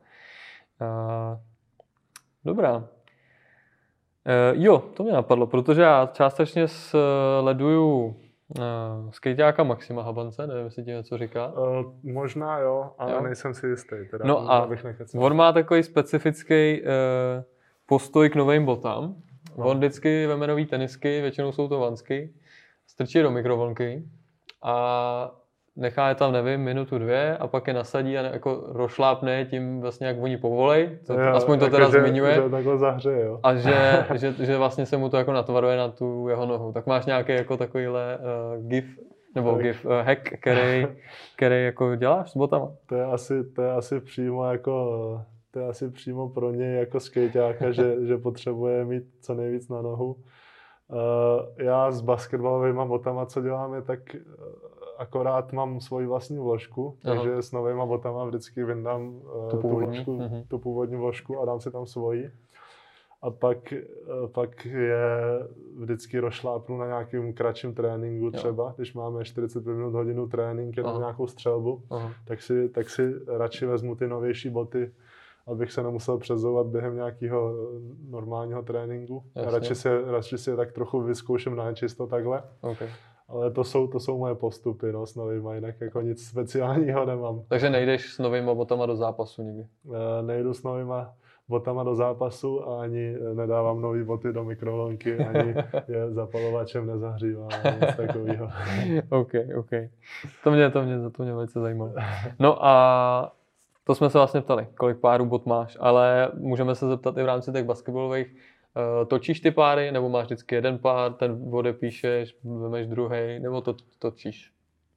Dobrá. Jo, to mě napadlo, protože já částečně sleduju skejťáka Maxima Habance, nevím, jestli ti něco říká. Možná jo, ale nejsem si jistý. Teda no a on má takový specifický postoj k novým botám. On vždycky veme nový tenisky, většinou jsou to vansky, strčí do mikrovlnky a nechá je tam, nevím, minutu, 2 a pak je nasadí a jako rošlápne tím vlastně, jak oni povolej. Aspoň to teda zmiňuje. Že takhle zahřeje, jo. A že vlastně se mu to jako natvaruje na tu jeho nohu. Tak máš nějaký jako takovýhle gif, nebo hack, který jako děláš s botama? To je asi přímo jako... To je asi přímo pro něj jako skejťáka, že potřebuje mít co nejvíc na nohu. Já s basketbalovými botama, co dělám, je tak akorát mám svoji vlastní vložku, takže s novýma botama vždycky vyndám tu původní vložku a dám si tam svoji. A pak je vždycky rozšlápnu na nějakým kratším tréninku třeba, když máme 45 minut hodinu trénink, jenom nějakou střelbu, tak si radši vezmu ty novější boty, abych se nemusel přezouvat během nějakého normálního tréninku. Radši si je tak trochu vyzkouším na nečisto takhle. Okay. Ale to jsou moje postupy, no, s novýma, jinak jako nic speciálního nemám. Takže nejdeš s novýma botama do zápasu nikdy? Nejdu s novýma botama do zápasu a ani nedávám nový boty do mikrovlnky, ani je zapalovačem nezahřívám, nic takového. OK. To mě velice zajímalo. No a to jsme se vlastně ptali, kolik párů bot máš, ale můžeme se zeptat i v rámci těch basketbalových. Točíš ty páry, nebo máš vždycky jeden pár, ten odepíšeš, vemeš druhej, nebo to točíš?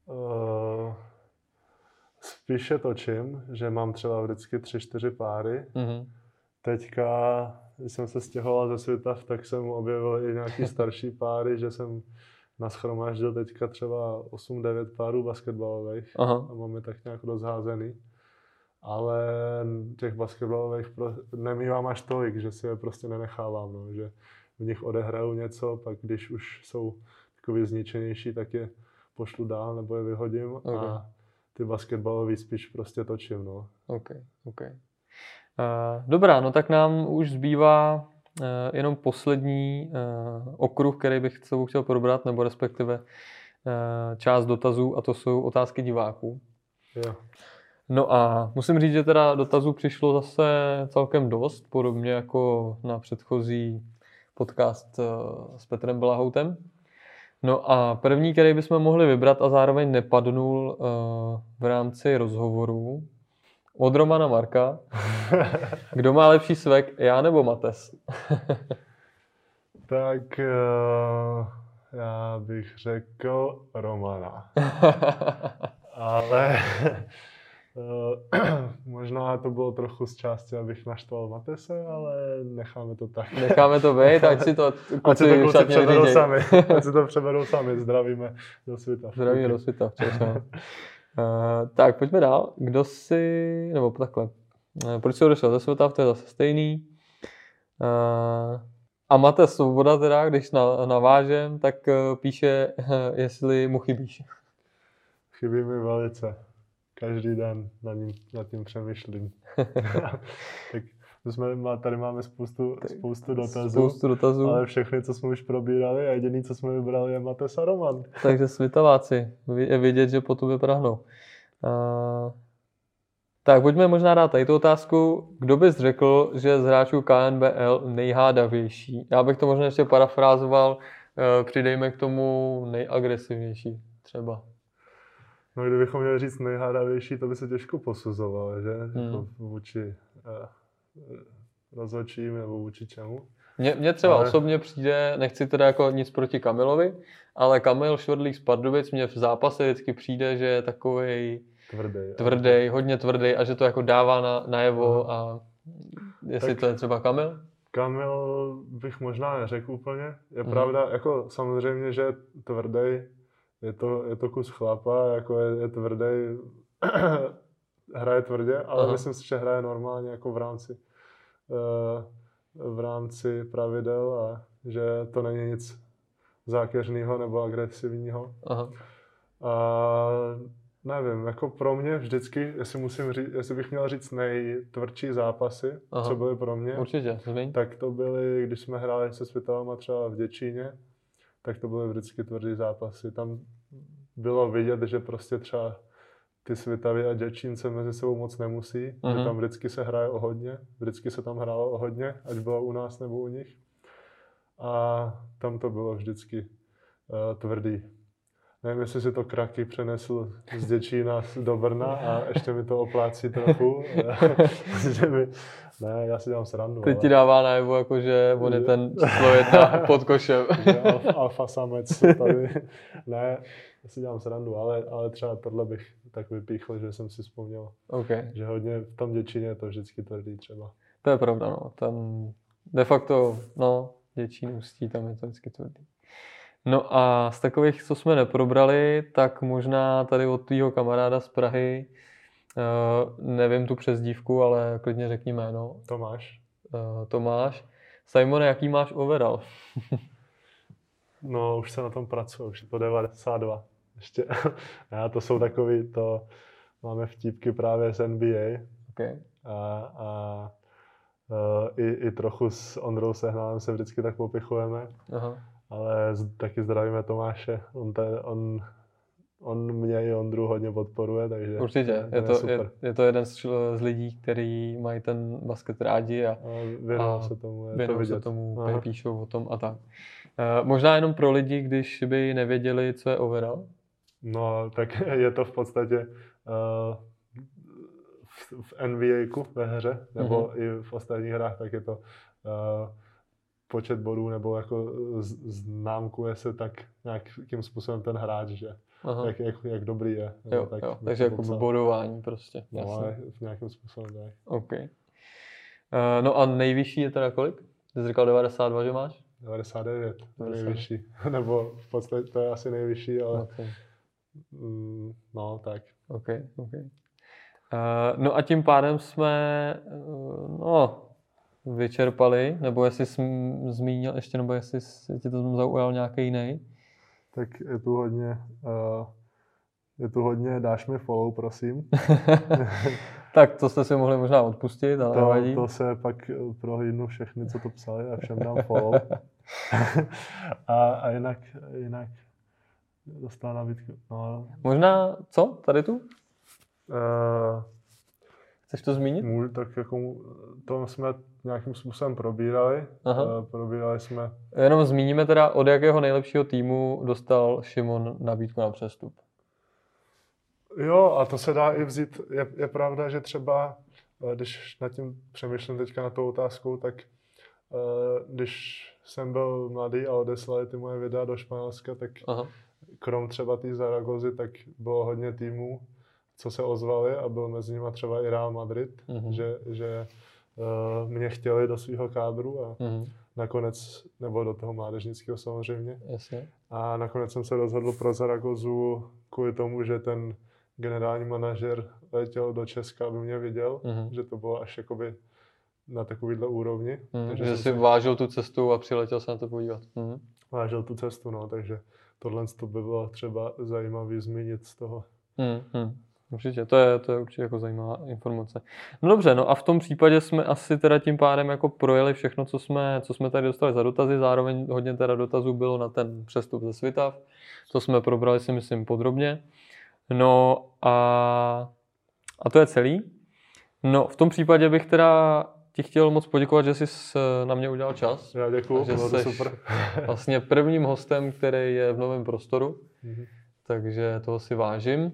Spíše točím, že mám třeba vždycky 3-4 páry. Teďka, když jsem se stěhoval ze Svitav, tak jsem objevil i nějaký starší páry, že jsem nashromáždil teďka třeba 8-9 párů basketbalových a mám je tak nějak rozházený. Ale těch basketbalových nemývám až tolik, že si je prostě nenechávám, no, že v nich odehraju něco, pak když už jsou takový zničenější, tak je pošlu dál nebo je vyhodím a ty basketbalový spíš prostě točím, no. OK. Dobrá, no tak nám už zbývá jenom poslední okruh, který bych s sebou chtěl probrat, nebo respektive část dotazů, a to jsou otázky diváků. Jo. No a musím říct, že teda dotazů přišlo zase celkem dost, podobně jako na předchozí podcast s Petrem Blahoutem. No a první, který bychom mohli vybrat a zároveň nepadnul v rámci rozhovoru, od Romana Marka. Kdo má lepší svek, já nebo Mates? Tak já bych řekl Romana. Ale možná to bylo trochu z části, abych naštval Matese, ale necháme to tak. Necháme to být, ať si to kluci přeberou sami. Ať si to přeberou sami. Zdravíme do Svitav. Zdravíme do Svitav. Tak, pojďme dál. Kdo si, nebo takhle, proč jsi odešel ze Svitav, to je zase stejný. A Mate Svoboda teda, když navážem, tak píše, jestli mu chybíš. Chybí mi velice. Každý den nad tím přemýšlím. Tak tady máme spoustu dotazů, ale všechny, co jsme už probírali, a jediný, co jsme vybrali, je Mates a Roman. Takže Svitaváci, je vidět, že po tobě prahnou. Tak pojďme možná dát tady tu otázku. Kdo bys řekl, že z hráčů KNBL nejhádavější? Já bych to možná ještě parafrázoval, přidejme k tomu nejagresivnější třeba. No, kdybychom měli říct nejhádavější, to by se těžko posuzovalo, že? Jako vůči rozhodčím nebo vůči čemu. Mně třeba osobně přijde, nechci teda jako nic proti Kamilovi, ale Kamil Švrdlík z Pardubic mně v zápase vždycky přijde, že je takovej tvrdý, hodně tvrdý a že to jako dává najevo a jestli tak to je třeba Kamil? Kamil bych možná neřekl úplně. Je pravda, jako samozřejmě, že je tvrdý, je to kus chlapa, jako je tvrdý, hraje tvrdě, ale myslím si, že hraje normálně jako v rámci pravidel a že to není nic zákeřného nebo agresivního. A nevím, jako pro mě vždycky, jestli bych měl říct nejtvrdší zápasy, co byly pro mě, určitě, tak to byly, když jsme hráli se Svitavama třeba v Děčíně, tak to byly vždycky tvrdý zápasy. Tam bylo vidět, že prostě třeba ty Svitavy a Děčínce mezi sebou moc nemusí, že tam vždycky se hraje o hodně, vždycky se tam hrálo o hodně, ať bylo u nás nebo u nich. A tam to bylo vždycky tvrdý. Nevím, jestli si to Kraky přenesl z Děčína do Brna a ještě mi to oplácí trochu. Ne, já si dělám srandu. Teď ti dává najevo, jako, že on je ten číslo 1 pod košem. Alfa samec tady. Ne, já si dělám srandu, ale třeba tohle bych tak vypíchl, že jsem si vzpomněl. Okay. Že hodně v tom Děčíně je to vždycky tvrdý třeba. To je pravda, no. Tam de facto, Děčín, Ústí, tam je to vždycky tvrdý. No a z takových, co jsme neprobrali, tak možná tady od tvýho kamaráda z Prahy, nevím tu přezdívku, ale klidně řekni jméno. Tomáš. Simone, jaký máš overall? No, už se na tom pracuje, už je to 92. Ještě. To jsou takový, máme vtípky právě z NBA. Okay. A i trochu s Ondrou Sehnalem se vždycky tak popichujeme. Aha. Ale taky zdravíme Tomáše. On mě i Ondru hodně podporuje, takže určitě. Je to jeden z lidí, kteří mají ten basket rádi a věnují se tomu, píšou o tom a tak. Možná jenom pro lidi, když by nevěděli, co je overall? No, tak je to v podstatě v NBA ve hře, nebo i v ostatních hrách, tak je to počet bodů, nebo jako známkuje se tak nějakým způsobem ten hráč, že jak dobrý je. Jo, takže jako bodování prostě. No, ale v nějakým způsobem tak. Okay. No a nejvyšší je teda kolik? Ty jsi říkal 92, že máš? 99, nejvyšší. Nebo v podstatě to je asi nejvyšší, ale okay. Tak. Okay. No a tím pádem jsme vyčerpali, nebo jestli jsi zmínil ještě, nebo jestli tě to zaujal nějaký jiný? Tak je tu hodně, dáš mi follow, prosím. Tak to jste si mohli možná odpustit, ale nevadí. To se pak prohlídnu všechny, co to psali a všem dám follow. a jinak dostala nabídku. No. Možná, co? Tady tu? Chceš to zmínit? Tak jako to jsme nějakým způsobem probírali. Probírali jsme. Jenom zmíníme teda, od jakého nejlepšího týmu dostal Šimon nabídku na přestup. Jo, a to se dá i vzít. Je pravda, že třeba, když nad tím přemýšlím teďka na tou otázkou, tak když jsem byl mladý a odeslali ty moje videa do Španělska, tak krom třeba té Zaragozy, tak bylo hodně týmů, co se ozvali a byl mezi nimi třeba i Real Madrid, že mě chtěli do svého kádru a nakonec, nebo do toho mládežnického samozřejmě. Jasně. A nakonec jsem se rozhodl pro Zaragozu kvůli tomu, že ten generální manažer letěl do Česka, aby mě viděl, že to bylo až jakoby na takovýhle úrovni. Že si vážil tu cestu a přiletěl se na to podívat. Vážil tu cestu, takže tohle to by bylo třeba zajímavé zmínit z toho. Určitě, to je určitě jako zajímavá informace. No dobře, no a v tom případě jsme asi teda tím pádem jako projeli všechno, co jsme tady dostali za dotazy, zároveň hodně teda dotazů bylo na ten přestup ze Svitav, to jsme probrali si myslím podrobně. No a to je celý. No v tom případě bych teda ti chtěl moc poděkovat, že jsi na mě udělal čas. Já děkuju, bylo to super. Vlastně prvním hostem, který je v novém prostoru, takže toho si vážím.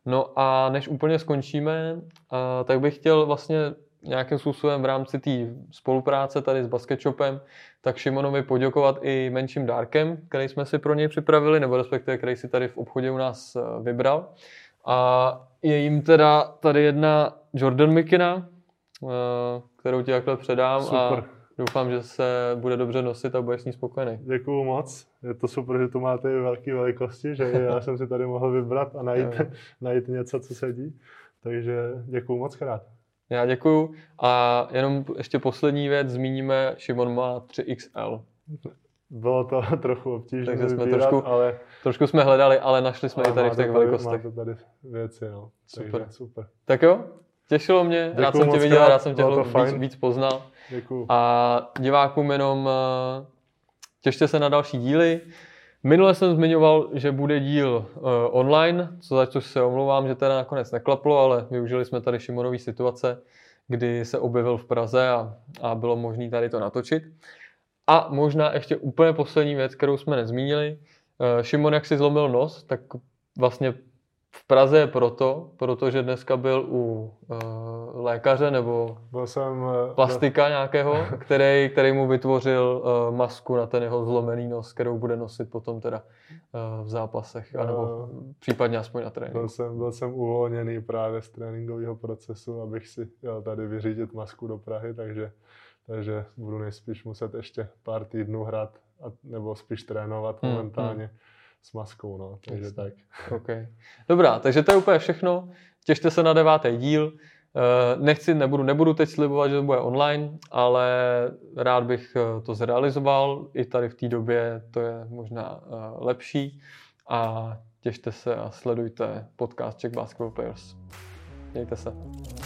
No a než úplně skončíme, tak bych chtěl vlastně nějakým způsobem v rámci té spolupráce tady s Basket Shopem, tak Šimonovi poděkovat i menším dárkem, který jsme si pro něj připravili, nebo respektive který si tady v obchodě u nás vybral. A je jim teda tady jedna Jordan Mikina, kterou ti takhle předám. Super. A doufám, že se bude dobře nosit a budeš s ní spokojený. Děkuju moc. Je to super, že tu máte i velké velikosti, že já jsem si tady mohl vybrat a najít něco, co sedí. Takže děkuju moc krát. Já děkuju. A jenom ještě poslední věc zmíníme, Šimon má 3XL. Bylo to trochu obtížné takže jsme vybírat, ale... trošku jsme hledali, ale našli jsme i tady v těch velikostech. Máte tady věci, no. Super. Takže super. Tak jo, těšilo mě, rád jsem tě viděl, rád jsem tě víc poznal. Děkuju. A divákům jenom těšte se na další díly. Minule jsem zmiňoval, že bude díl online, za což se omlouvám, že teda nakonec neklaplo, ale využili jsme tady Šimonový situace, kdy se objevil v Praze a bylo možné tady to natočit. A možná ještě úplně poslední věc, kterou jsme nezmínili. Šimon, jak si zlomil nos, tak vlastně v Praze je protože dneska byl u lékaře nebo plastika nějakého, který mu vytvořil masku na ten jeho zlomený nos, kterou bude nosit potom teda v zápasech, anebo případně aspoň na tréninku. Byl jsem uvolněný právě z tréninkového procesu, abych si jel tady vyřídit masku do Prahy, takže budu nejspíš muset ještě pár týdnů hrát, nebo spíš trénovat momentálně s maskou, no, takže tak. Okay. Dobrá, takže to je úplně všechno. Těšte se na 9. díl. Nebudu teď slibovat, že to bude online, ale rád bych to zrealizoval. I tady v té době to je možná lepší. A těšte se a sledujte podcast Czech Basketball Players. Mějte se.